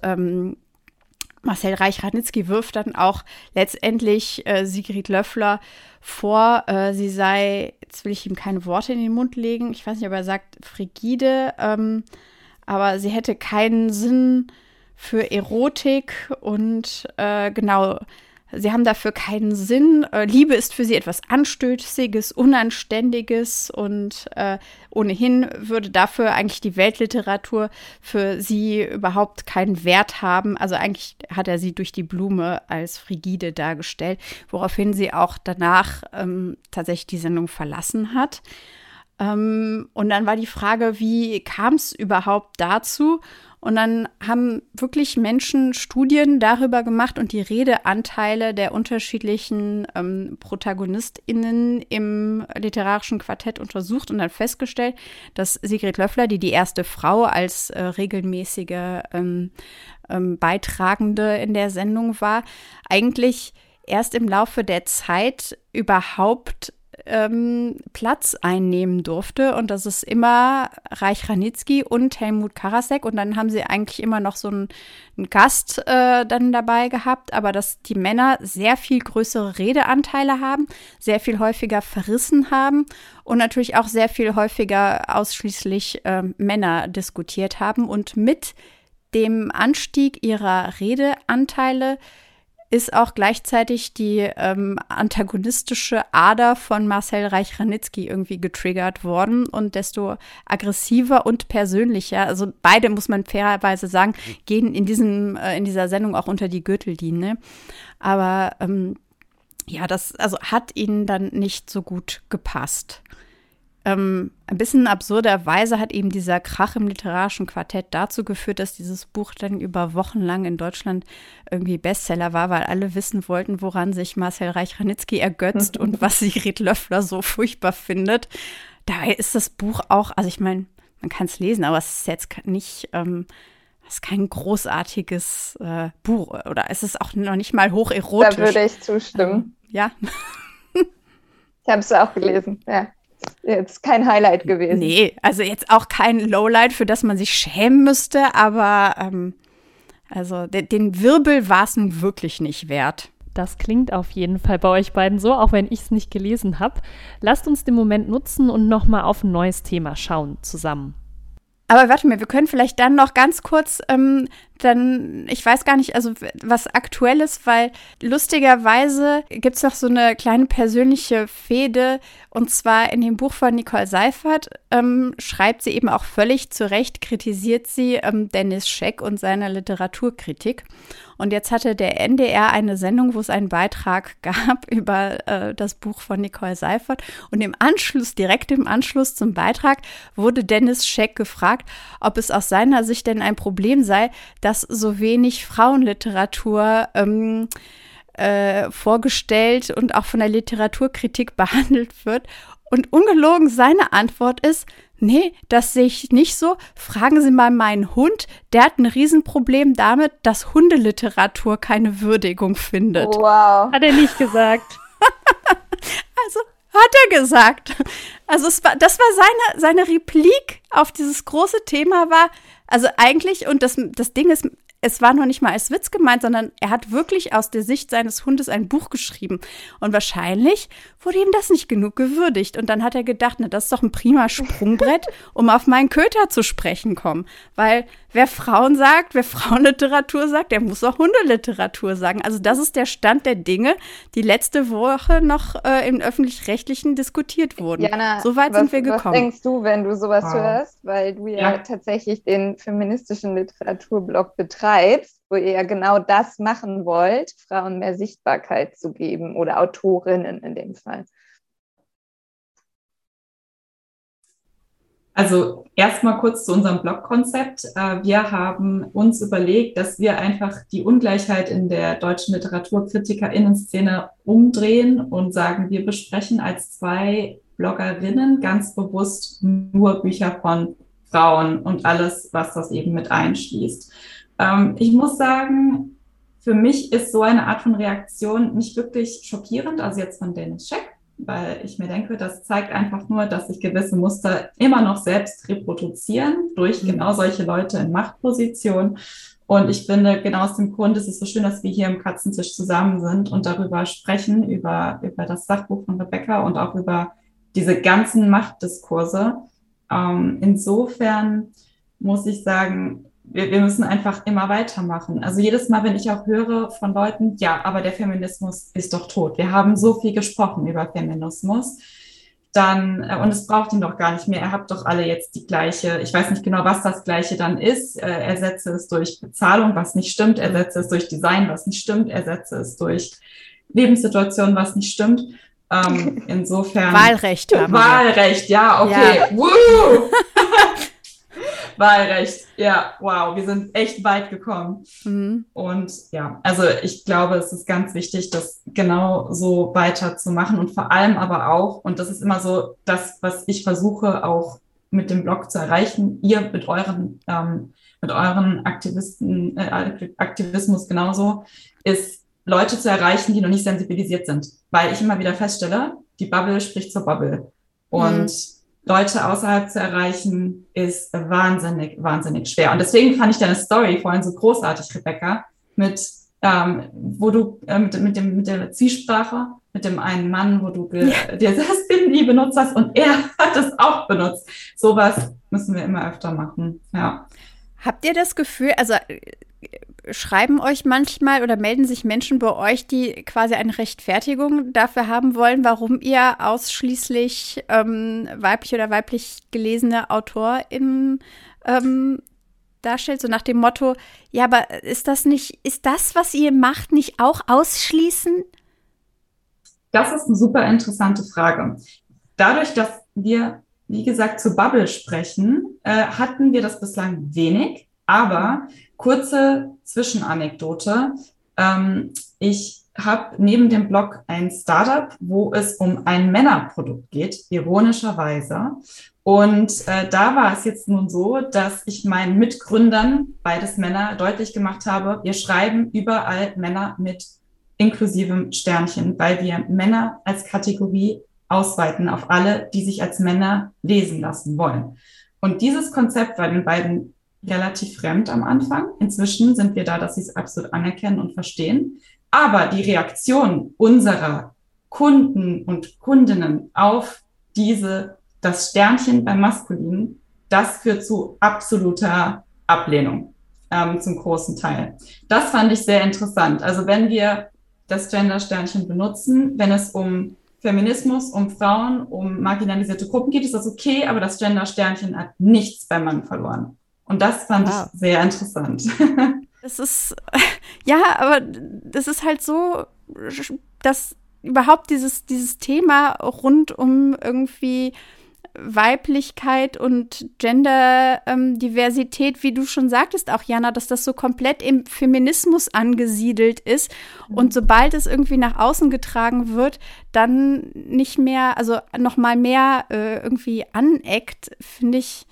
Marcel Reich-Ranitzky wirft dann auch letztendlich Sigrid Löffler vor, sie sei, jetzt will ich ihm keine Worte in den Mund legen, ich weiß nicht, ob er sagt frigide, aber sie hätte keinen Sinn für Erotik und genau, sie haben dafür keinen Sinn. Liebe ist für sie etwas Anstößiges, Unanständiges und ohnehin würde dafür eigentlich die Weltliteratur für sie überhaupt keinen Wert haben. Also eigentlich hat er sie durch die Blume als frigide dargestellt, woraufhin sie auch danach tatsächlich die Sendung verlassen hat. Und dann war die Frage, wie kam es überhaupt dazu? Und dann haben wirklich Menschen Studien darüber gemacht und die Redeanteile der unterschiedlichen ProtagonistInnen im literarischen Quartett untersucht und dann festgestellt, dass Sigrid Löffler, die erste Frau als regelmäßige Beitragende in der Sendung war, eigentlich erst im Laufe der Zeit überhaupt Platz einnehmen durfte und das ist immer Reich Ranitzky und Helmut Karasek und dann haben sie eigentlich immer noch so einen Gast dann dabei gehabt, aber dass die Männer sehr viel größere Redeanteile haben, sehr viel häufiger verrissen haben und natürlich auch sehr viel häufiger ausschließlich Männer diskutiert haben und mit dem Anstieg ihrer Redeanteile ist auch gleichzeitig die antagonistische Ader von Marcel Reich-Ranitzky irgendwie getriggert worden und desto aggressiver und persönlicher, also beide, muss man fairerweise sagen, gehen in dieser Sendung auch unter die Gürtellinie. Aber das hat ihnen dann nicht so gut gepasst. Ein bisschen absurderweise hat eben dieser Krach im literarischen Quartett dazu geführt, dass dieses Buch dann über Wochen lang in Deutschland irgendwie Bestseller war, weil alle wissen wollten, woran sich Marcel Reich-Ranitzky ergötzt und was Sigrid Löffler so furchtbar findet. Dabei ist das Buch auch, also ich meine, man kann es lesen, aber es ist jetzt nicht, es ist kein großartiges Buch oder es ist auch noch nicht mal hocherotisch. Da würde ich zustimmen. Ja. Ich habe es auch gelesen, ja. Jetzt kein Highlight gewesen. Nee, also jetzt auch kein Lowlight, für das man sich schämen müsste, aber also den Wirbel war es nun wirklich nicht wert. Das klingt auf jeden Fall bei euch beiden so, auch wenn ich es nicht gelesen habe. Lasst uns den Moment nutzen und nochmal auf ein neues Thema schauen zusammen. Aber warte mal, wir können vielleicht dann noch ganz kurz, ich weiß gar nicht, also was Aktuelles, weil lustigerweise gibt es noch so eine kleine persönliche Fehde und zwar in dem Buch von Nicole Seiffert schreibt sie eben auch völlig zu Recht, kritisiert sie Dennis Scheck und seine Literaturkritik. Und jetzt hatte der NDR eine Sendung, wo es einen Beitrag gab über das Buch von Nicole Seiffert. Und direkt im Anschluss zum Beitrag wurde Dennis Scheck gefragt, ob es aus seiner Sicht denn ein Problem sei, dass so wenig Frauenliteratur vorgestellt und auch von der Literaturkritik behandelt wird. Und ungelogen, seine Antwort ist, nee, das sehe ich nicht so. Fragen Sie mal meinen Hund, der hat ein Riesenproblem damit, dass Hundeliteratur keine Würdigung findet. Wow. Hat er nicht gesagt. Also hat er gesagt. Also das war seine Replik auf dieses große Thema war, also eigentlich, und das Ding ist, es war noch nicht mal als Witz gemeint, sondern er hat wirklich aus der Sicht seines Hundes ein Buch geschrieben. Und wahrscheinlich wurde ihm das nicht genug gewürdigt. Und dann hat er gedacht, na, das ist doch ein prima Sprungbrett, um auf meinen Köter zu sprechen kommen. Weil wer Frauen sagt, wer Frauenliteratur sagt, der muss auch Hundeliteratur sagen. Also das ist der Stand der Dinge, die letzte Woche noch im Öffentlich-Rechtlichen diskutiert wurden. Jana, so weit sind wir gekommen. Was denkst du, wenn du sowas Wow. hörst? Weil du ja tatsächlich den feministischen Literaturblog betreibst, wo ihr ja genau das machen wollt, Frauen mehr Sichtbarkeit zu geben oder Autorinnen in dem Fall. Also erstmal kurz zu unserem Blogkonzept. Wir haben uns überlegt, dass wir einfach die Ungleichheit in der deutschen LiteraturkritikerInnen-Szene umdrehen und sagen, wir besprechen als 2 Bloggerinnen ganz bewusst nur Bücher von Frauen und alles, was das eben mit einschließt. Ich muss sagen, für mich ist so eine Art von Reaktion nicht wirklich schockierend, also jetzt von Dennis Scheck, weil ich mir denke, das zeigt einfach nur, dass sich gewisse Muster immer noch selbst reproduzieren durch genau solche Leute in Machtpositionen. Und ich finde, genau aus dem Grund ist es so schön, dass wir hier am Katzentisch zusammen sind und darüber sprechen, über das Sachbuch von Rebecca und auch über diese ganzen Machtdiskurse. Insofern muss ich sagen, wir müssen einfach immer weitermachen. Also jedes Mal, wenn ich auch höre von Leuten, ja, aber der Feminismus ist doch tot. Wir haben so viel gesprochen über Feminismus. Dann, und es braucht ihn doch gar nicht mehr. Ihr habt doch alle jetzt die gleiche, ich weiß nicht genau, was das Gleiche dann ist. Ersetze es durch Bezahlung, was nicht stimmt. Ersetze es durch Design, was nicht stimmt. Ersetze es durch Lebenssituation, was nicht stimmt. Insofern. Wahlrecht haben wir. Wahlrecht, ja, okay. Ja. Woo! Wahlrecht, ja, wow, wir sind echt weit gekommen. Und ja, also ich glaube, es ist ganz wichtig, das genau so weiterzumachen und vor allem aber auch, und das ist immer so das, was ich versuche auch mit dem Blog zu erreichen, ihr mit euren Aktivismus genauso, ist Leute zu erreichen, die noch nicht sensibilisiert sind. Weil ich immer wieder feststelle, die Bubble spricht zur Bubble. Und Leute außerhalb zu erreichen, ist wahnsinnig, wahnsinnig schwer. Und deswegen fand ich deine Story vorhin so großartig, Rebecca, wo du mit der Zwiesprache, mit dem einen Mann, wo du dir das Bindi benutzt hast und er hat es auch benutzt. Sowas müssen wir immer öfter machen, ja. Habt ihr das Gefühl, also schreiben euch manchmal oder melden sich Menschen bei euch, die quasi eine Rechtfertigung dafür haben wollen, warum ihr ausschließlich weiblich oder weiblich gelesene AutorInnen darstellt? So nach dem Motto, ja, aber ist das, was ihr macht, nicht auch ausschließen? Das ist eine super interessante Frage. Dadurch, dass wir, wie gesagt, zur Bubble sprechen, hatten wir das bislang wenig, aber kurze Zwischenanekdote. Ich habe neben dem Blog ein Startup, wo es um ein Männerprodukt geht, ironischerweise. Und da war es jetzt nun so, dass ich meinen Mitgründern, beides Männer, deutlich gemacht habe, wir schreiben überall Männer mit inklusivem Sternchen, weil wir Männer als Kategorie ausweiten auf alle, die sich als Männer lesen lassen wollen. Und dieses Konzept war den beiden relativ fremd am Anfang. Inzwischen sind wir da, dass sie es absolut anerkennen und verstehen. Aber die Reaktion unserer Kunden und Kundinnen auf das Sternchen beim Maskulinen, das führt zu absoluter Ablehnung zum großen Teil. Das fand ich sehr interessant. Also wenn wir das Gender-Sternchen benutzen, wenn es um Feminismus, um Frauen, um marginalisierte Gruppen geht, ist das okay, aber das Gender-Sternchen hat nichts beim Mann verloren. Und das fand ich sehr interessant. Das ist, ja, aber das ist halt so, dass überhaupt dieses Thema rund um irgendwie Weiblichkeit und Genderdiversität, wie du schon sagtest auch, Jana, dass das so komplett im Feminismus angesiedelt ist. Und sobald es irgendwie nach außen getragen wird, dann nicht mehr, also noch mal mehr irgendwie aneckt, finde ich,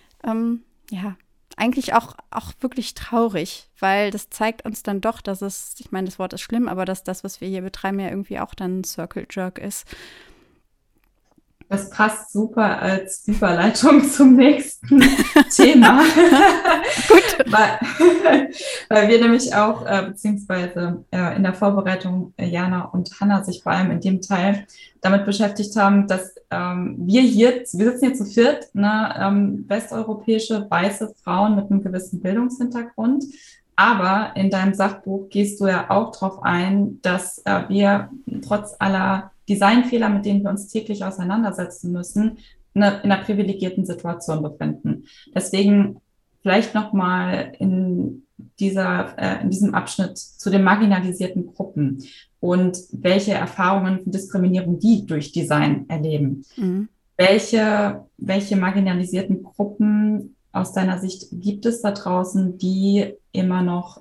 eigentlich auch wirklich traurig, weil das zeigt uns dann doch, dass es, ich meine, das Wort ist schlimm, aber dass das, was wir hier betreiben, ja irgendwie auch dann ein Circle Jerk ist. Das passt super als Überleitung zum nächsten Thema. Gut. Weil wir nämlich auch, beziehungsweise in der Vorbereitung Jana und Hanna sich vor allem in dem Teil damit beschäftigt haben, dass wir sitzen hier zu viert, ne, westeuropäische weiße Frauen mit einem gewissen Bildungshintergrund. Aber in deinem Sachbuch gehst du ja auch darauf ein, dass wir trotz aller Designfehler, mit denen wir uns täglich auseinandersetzen müssen, in einer privilegierten Situation befinden. Deswegen vielleicht nochmal in diesem Abschnitt zu den marginalisierten Gruppen und welche Erfahrungen von Diskriminierung die durch Design erleben. Mhm. Welche marginalisierten Gruppen aus deiner Sicht gibt es da draußen, die immer noch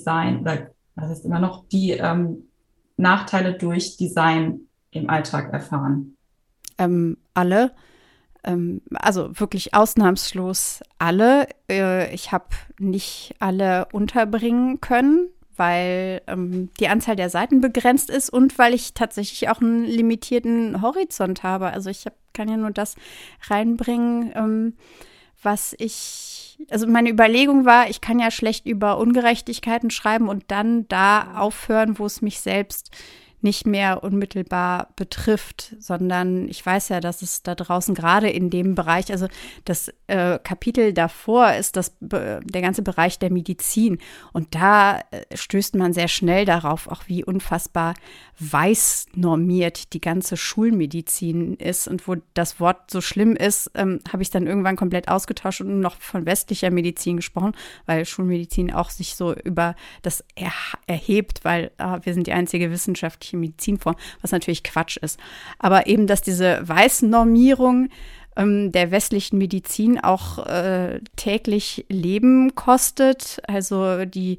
Nachteile durch Design im Alltag erfahren? Alle. Also wirklich ausnahmslos alle. Ich habe nicht alle unterbringen können, weil die Anzahl der Seiten begrenzt ist und weil ich tatsächlich auch einen limitierten Horizont habe. Also kann ja nur das reinbringen, also meine Überlegung war, ich kann ja schlecht über Ungerechtigkeiten schreiben und dann da aufhören, wo es mich selbst nicht mehr unmittelbar betrifft, sondern ich weiß ja, dass es da draußen gerade in dem Bereich, also das Kapitel davor ist der ganze Bereich der Medizin und da stößt man sehr schnell darauf, auch wie unfassbar weiß normiert die ganze Schulmedizin ist und wo das Wort so schlimm ist, habe ich dann irgendwann komplett ausgetauscht und nur noch von westlicher Medizin gesprochen, weil Schulmedizin auch sich so über das erhebt, weil wir sind die einzige wissenschaftliche Medizinform, was natürlich Quatsch ist. Aber eben, dass diese Weißnormierung der westlichen Medizin auch täglich Leben kostet. Also die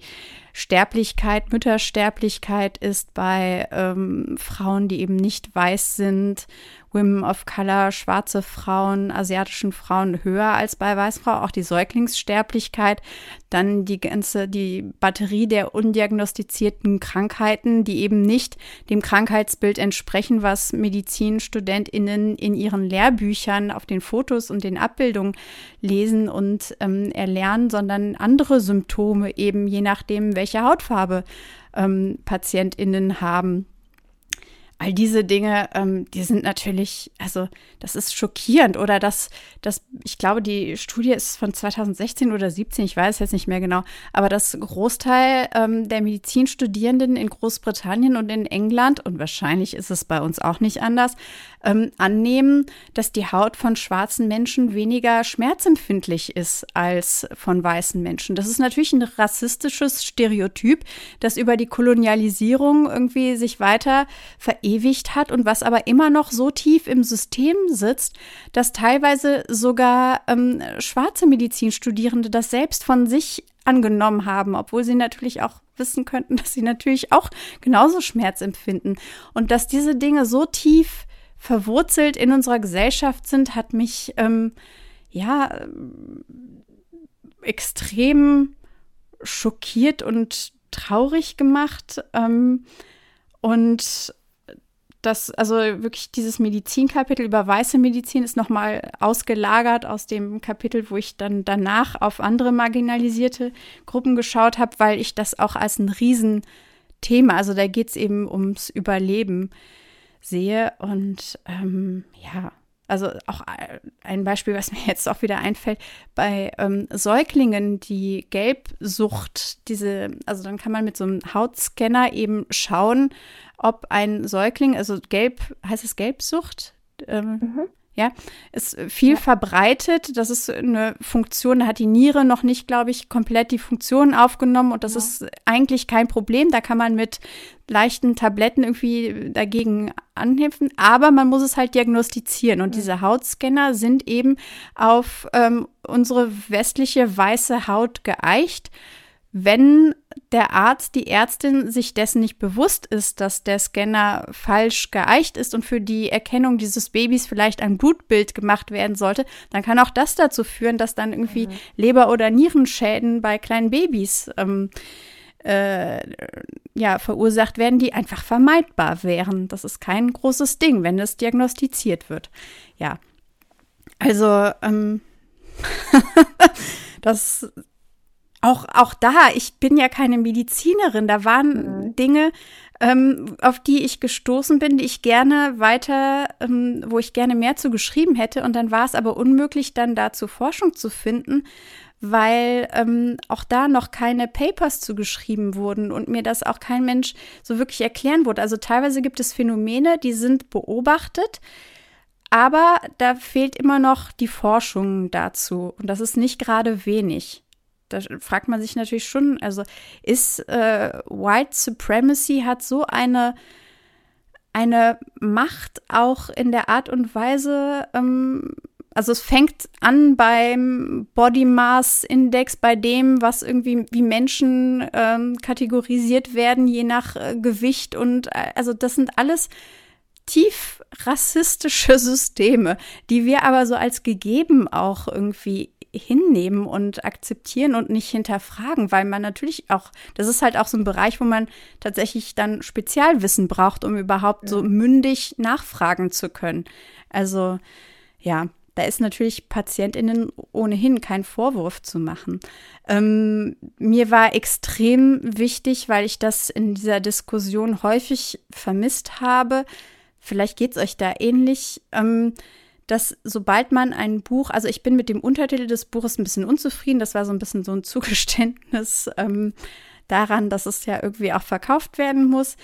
Müttersterblichkeit ist bei Frauen, die eben nicht weiß sind, Women of Color, schwarze Frauen, asiatischen Frauen höher als bei Weißfrauen. Auch die Säuglingssterblichkeit, dann die Batterie der undiagnostizierten Krankheiten, die eben nicht dem Krankheitsbild entsprechen, was MedizinstudentInnen in ihren Lehrbüchern auf den Fotos und den Abbildungen lesen und erlernen, sondern andere Symptome eben, je nachdem, welche Hautfarbe PatientInnen haben. All diese Dinge, die sind natürlich, also das ist schockierend oder ich glaube, die Studie ist von 2016 oder 2017, ich weiß jetzt nicht mehr genau, aber das Großteil der Medizinstudierenden in Großbritannien und in England, und wahrscheinlich ist es bei uns auch nicht anders, annehmen, dass die Haut von schwarzen Menschen weniger schmerzempfindlich ist als von weißen Menschen. Das ist natürlich ein rassistisches Stereotyp, das über die Kolonialisierung irgendwie sich weiter verewigt hat und was aber immer noch so tief im System sitzt, dass teilweise sogar schwarze Medizinstudierende das selbst von sich angenommen haben, obwohl sie natürlich auch wissen könnten, dass sie natürlich auch genauso Schmerz empfinden. Und dass diese Dinge so tief verwurzelt in unserer Gesellschaft sind, hat mich extrem schockiert und traurig gemacht. Und also wirklich dieses Medizinkapitel über weiße Medizin ist nochmal ausgelagert aus dem Kapitel, wo ich dann danach auf andere marginalisierte Gruppen geschaut habe, weil ich das auch als ein Riesenthema, also da geht es eben ums Überleben, sehe. Und also auch ein Beispiel, was mir jetzt auch wieder einfällt, bei Säuglingen, die Gelbsucht, also dann kann man mit so einem Hautscanner eben schauen, ob ein Säugling, also heißt es Gelbsucht? Ja, ist viel verbreitet. Das ist eine Funktion, da hat die Niere noch nicht, glaube ich, komplett die Funktion aufgenommen und das ist eigentlich kein Problem. Da kann man mit leichten Tabletten irgendwie dagegen anhelfen, aber man muss es halt diagnostizieren und diese Hautscanner sind eben auf unsere westliche weiße Haut geeicht. Wenn der Arzt, die Ärztin sich dessen nicht bewusst ist, dass der Scanner falsch geeicht ist und für die Erkennung dieses Babys vielleicht ein Blutbild gemacht werden sollte, dann kann auch das dazu führen, dass dann irgendwie Leber- oder Nierenschäden bei kleinen Babys verursacht werden, die einfach vermeidbar wären. Das ist kein großes Ding, wenn es diagnostiziert wird. Ja, also das auch da, ich bin ja keine Medizinerin, da waren Dinge, auf die ich gestoßen bin, die ich gerne wo ich gerne mehr zu geschrieben hätte. Und dann war es aber unmöglich, dann dazu Forschung zu finden, weil auch da noch keine Papers zu geschrieben wurden und mir das auch kein Mensch so wirklich erklären wurde. Also teilweise gibt es Phänomene, die sind beobachtet, aber da fehlt immer noch die Forschung dazu. Und das ist nicht gerade wenig. Da fragt man sich natürlich schon, also ist White Supremacy hat so eine Macht auch in der Art und Weise, also es fängt an beim Body Mass Index, bei dem, was irgendwie wie Menschen kategorisiert werden, je nach Gewicht und also das sind alles tief rassistische Systeme, die wir aber so als gegeben auch irgendwie hinnehmen und akzeptieren und nicht hinterfragen, weil man natürlich auch, das ist halt auch so ein Bereich, wo man tatsächlich dann Spezialwissen braucht, um überhaupt so mündig nachfragen zu können. Also ja, da ist natürlich PatientInnen ohnehin kein Vorwurf zu machen. Mir war extrem wichtig, weil ich das in dieser Diskussion häufig vermisst habe, vielleicht geht es euch da ähnlich, dass sobald man ein Buch, also ich bin mit dem Untertitel des Buches ein bisschen unzufrieden, das war so ein bisschen so ein Zugeständnis daran, dass es ja irgendwie auch verkauft werden muss,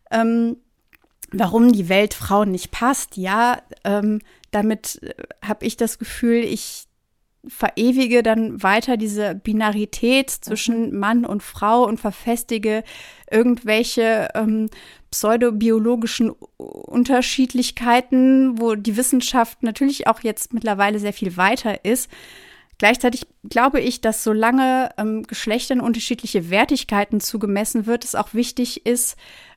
warum die Welt Frauen nicht passt. Ja, damit habe ich das Gefühl, ich verewige dann weiter diese Binarität zwischen Mann und Frau und verfestige irgendwelche pseudobiologischen Unterschiedlichkeiten, wo die Wissenschaft natürlich auch jetzt mittlerweile sehr viel weiter ist. Gleichzeitig glaube ich, dass solange Geschlechtern unterschiedliche Wertigkeiten zugemessen wird, es auch wichtig ist,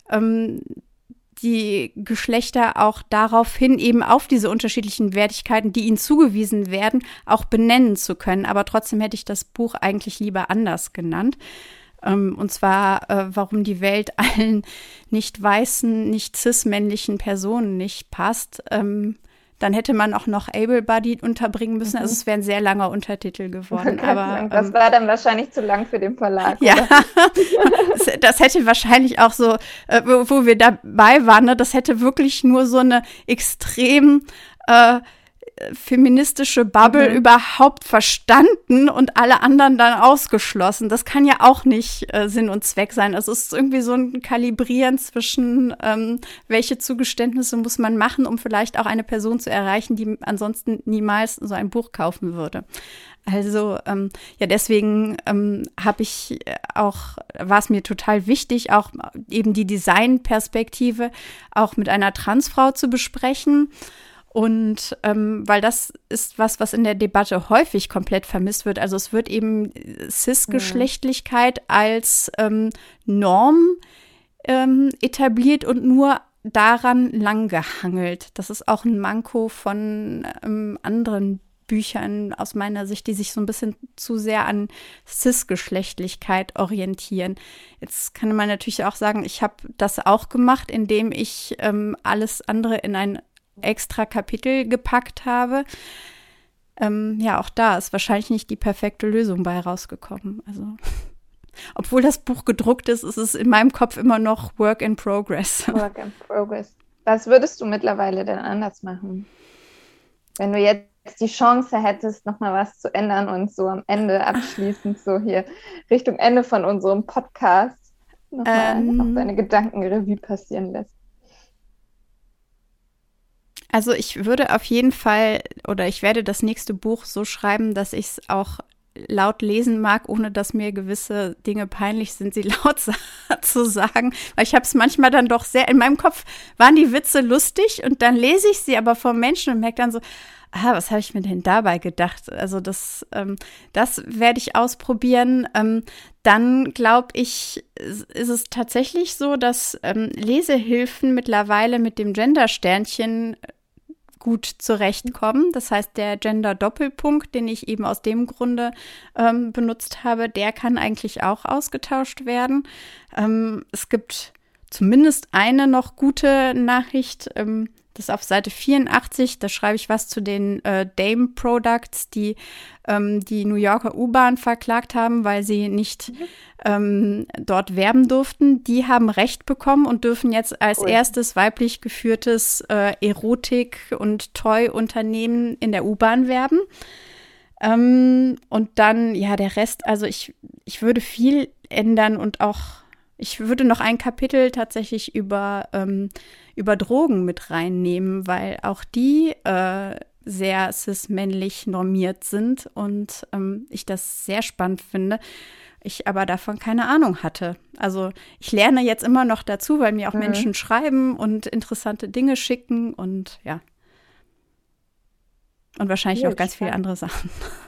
die Geschlechter auch daraufhin eben auf diese unterschiedlichen Wertigkeiten, die ihnen zugewiesen werden, auch benennen zu können. Aber trotzdem hätte ich das Buch eigentlich lieber anders genannt. Und zwar, warum die Welt allen nicht weißen, nicht cis-männlichen Personen nicht passt. Dann hätte man auch noch Able-Bodied unterbringen müssen. Also es wäre ein sehr langer Untertitel geworden. Aber das war dann wahrscheinlich zu lang für den Verlag. Ja, das hätte wahrscheinlich auch so, wo wir dabei waren, ne, das hätte wirklich nur so eine extrem feministische Bubble überhaupt verstanden und alle anderen dann ausgeschlossen. Das kann ja auch nicht Sinn und Zweck sein. Also es ist irgendwie so ein Kalibrieren zwischen, welche Zugeständnisse muss man machen, um vielleicht auch eine Person zu erreichen, die ansonsten niemals so ein Buch kaufen würde. Also ja, deswegen war es mir total wichtig, auch eben die Designperspektive auch mit einer Transfrau zu besprechen. Und weil das ist was in der Debatte häufig komplett vermisst wird. Also es wird eben Cis-Geschlechtlichkeit als Norm etabliert und nur daran langgehangelt. Das ist auch ein Manko von anderen Büchern aus meiner Sicht, die sich so ein bisschen zu sehr an Cis-Geschlechtlichkeit orientieren. Jetzt kann man natürlich auch sagen, ich habe das auch gemacht, indem ich alles andere in ein extra Kapitel gepackt habe. Ja, auch da ist wahrscheinlich nicht die perfekte Lösung bei rausgekommen. Also, obwohl das Buch gedruckt ist, ist es in meinem Kopf immer noch Work in Progress. Work in Progress. Was würdest du mittlerweile denn anders machen? Wenn du jetzt die Chance hättest, nochmal was zu ändern und so am Ende abschließend so hier Richtung Ende von unserem Podcast nochmal noch deine Gedanken Revue passieren lässt. Also ich würde auf jeden Fall, oder ich werde das nächste Buch so schreiben, dass ich es auch laut lesen mag, ohne dass mir gewisse Dinge peinlich sind, sie laut zu sagen. Weil ich habe es manchmal dann doch sehr, in meinem Kopf waren die Witze lustig und dann lese ich sie aber vor Menschen und merke dann so, was habe ich mir denn dabei gedacht? Also das werde ich ausprobieren. Dann glaube ich, ist es tatsächlich so, dass Lesehilfen mittlerweile mit dem Gender-Sternchen gut zurechtkommen. Das heißt, der Gender-Doppelpunkt, den ich eben aus dem Grunde benutzt habe, der kann eigentlich auch ausgetauscht werden. Es gibt zumindest eine noch gute Nachricht, das ist auf Seite 84, da schreibe ich was zu den Dame Products, die die New Yorker U-Bahn verklagt haben, weil sie nicht dort werben durften. Die haben Recht bekommen und dürfen jetzt als erstes weiblich geführtes Erotik- und Toy-Unternehmen in der U-Bahn werben. Und dann, ja, der Rest, also ich würde viel ändern und auch ich würde noch ein Kapitel tatsächlich über Drogen mit reinnehmen, weil auch die sehr cis-männlich normiert sind und ich das sehr spannend finde. Ich aber davon keine Ahnung hatte. Also ich lerne jetzt immer noch dazu, weil mir auch Menschen schreiben und interessante Dinge schicken und ja. Und wahrscheinlich noch ganz viele andere Sachen.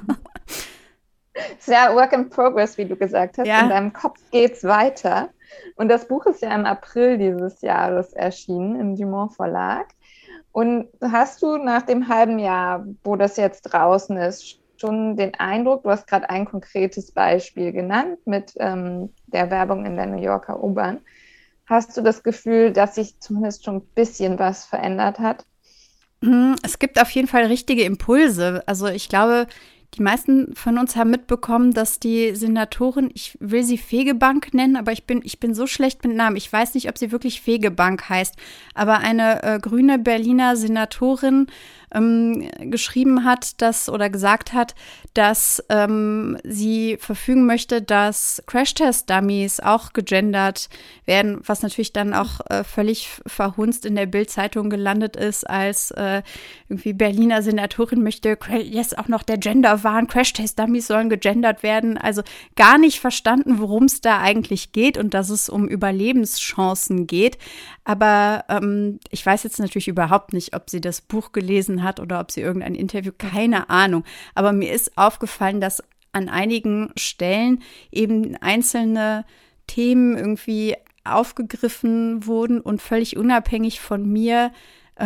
Es ist ja Work in Progress, wie du gesagt hast. Ja. In deinem Kopf geht's weiter. Und das Buch ist ja im April dieses Jahres erschienen im Dumont Verlag. Und hast du nach dem halben Jahr, wo das jetzt draußen ist, schon den Eindruck, du hast gerade ein konkretes Beispiel genannt mit der Werbung in der New Yorker U-Bahn. Hast du das Gefühl, dass sich zumindest schon ein bisschen was verändert hat? Es gibt auf jeden Fall richtige Impulse. Also ich glaube, die meisten von uns haben mitbekommen, dass die Senatorin, ich will sie Fegebank nennen, aber ich bin so schlecht mit Namen. Ich weiß nicht, ob sie wirklich Fegebank heißt, aber eine grüne Berliner Senatorin geschrieben hat, oder gesagt hat, dass sie verfügen möchte, dass Crashtest-Dummies auch gegendert werden, was natürlich dann auch völlig verhunzt in der Bild-Zeitung gelandet ist, als irgendwie Berliner Senatorin möchte jetzt auch noch der Genderwahn, Crashtest-Dummies sollen gegendert werden. Also gar nicht verstanden, worum es da eigentlich geht und dass es um Überlebenschancen geht. Aber ich weiß jetzt natürlich überhaupt nicht, ob sie das Buch gelesen hat oder ob sie irgendein Interview, keine Ahnung. Aber mir ist aufgefallen, dass an einigen Stellen eben einzelne Themen irgendwie aufgegriffen wurden und völlig unabhängig von mir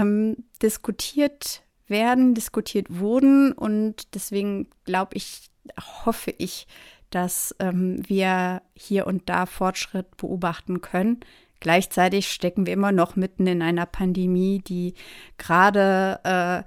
diskutiert wurden. Und deswegen hoffe ich, dass wir hier und da Fortschritt beobachten können. Gleichzeitig stecken wir immer noch mitten in einer Pandemie, die gerade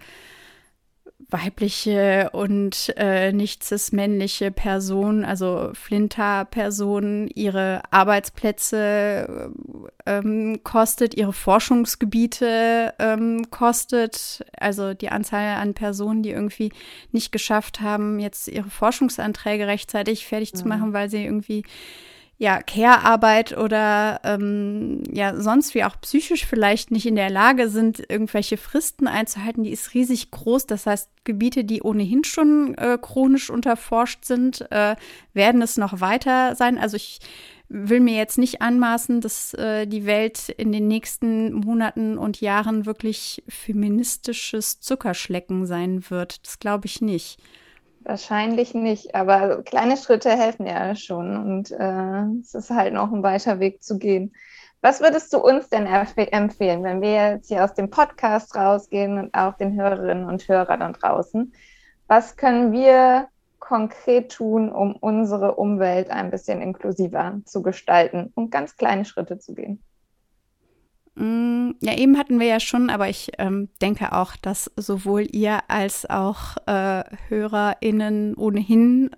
weibliche und nicht cis-männliche Personen, also Flinter-Personen, ihre Arbeitsplätze kostet, ihre Forschungsgebiete kostet, also die Anzahl an Personen, die irgendwie nicht geschafft haben, jetzt ihre Forschungsanträge rechtzeitig fertig zu machen, weil sie irgendwie Care-Arbeit oder sonst wie auch psychisch vielleicht nicht in der Lage sind, irgendwelche Fristen einzuhalten, die ist riesig groß. Das heißt, Gebiete, die ohnehin schon chronisch unterforscht sind, werden es noch weiter sein. Also ich will mir jetzt nicht anmaßen, dass die Welt in den nächsten Monaten und Jahren wirklich feministisches Zuckerschlecken sein wird. Das glaube ich nicht. Wahrscheinlich nicht, aber kleine Schritte helfen ja schon und es ist halt noch ein weiter Weg zu gehen. Was würdest du uns denn empfehlen, wenn wir jetzt hier aus dem Podcast rausgehen und auch den Hörerinnen und Hörern da draußen? Was können wir konkret tun, um unsere Umwelt ein bisschen inklusiver zu gestalten, um ganz kleine Schritte zu gehen? Ja, eben hatten wir ja schon, aber ich denke auch, dass sowohl ihr als auch HörerInnen ohnehin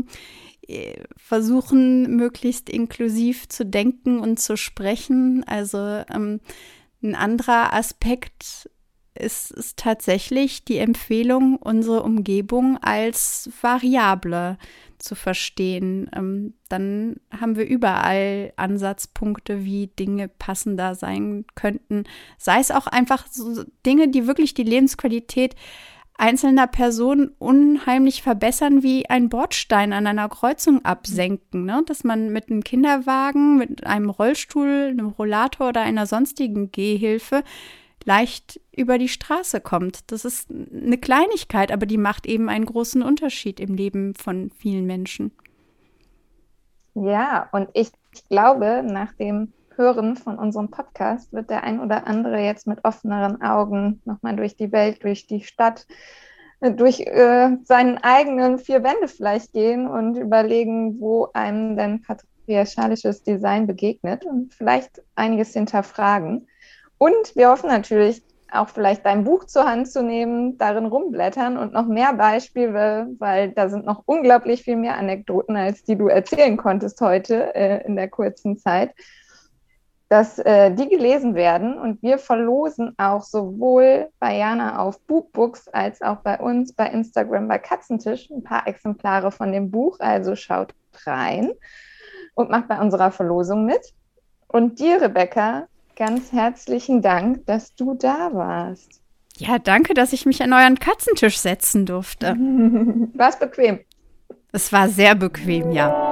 versuchen, möglichst inklusiv zu denken und zu sprechen. Also ein anderer Aspekt ist tatsächlich die Empfehlung, unsere Umgebung als Variable zu verstehen. Dann haben wir überall Ansatzpunkte, wie Dinge passender sein könnten. Sei es auch einfach so Dinge, die wirklich die Lebensqualität einzelner Personen unheimlich verbessern, wie ein Bordstein an einer Kreuzung absenken, ne? Dass man mit einem Kinderwagen, mit einem Rollstuhl, einem Rollator oder einer sonstigen Gehhilfe leicht über die Straße kommt. Das ist eine Kleinigkeit, aber die macht eben einen großen Unterschied im Leben von vielen Menschen. Ja, und ich glaube, nach dem Hören von unserem Podcast wird der ein oder andere jetzt mit offeneren Augen nochmal durch die Welt, durch die Stadt, durch seinen eigenen vier Wände vielleicht gehen und überlegen, wo einem denn patriarchalisches Design begegnet und vielleicht einiges hinterfragen. Und wir hoffen natürlich, auch vielleicht dein Buch zur Hand zu nehmen, darin rumblättern und noch mehr Beispiele, weil da sind noch unglaublich viel mehr Anekdoten, als die du erzählen konntest heute in der kurzen Zeit, dass die gelesen werden. Und wir verlosen auch sowohl bei Jana auf Bookbooks als auch bei uns bei Instagram bei Katzentisch ein paar Exemplare von dem Buch. Also schaut rein und macht bei unserer Verlosung mit. Und dir, Rebecca, ganz herzlichen Dank, dass du da warst. Ja, danke, dass ich mich an euren Katzentisch setzen durfte. War es bequem? Es war sehr bequem, ja.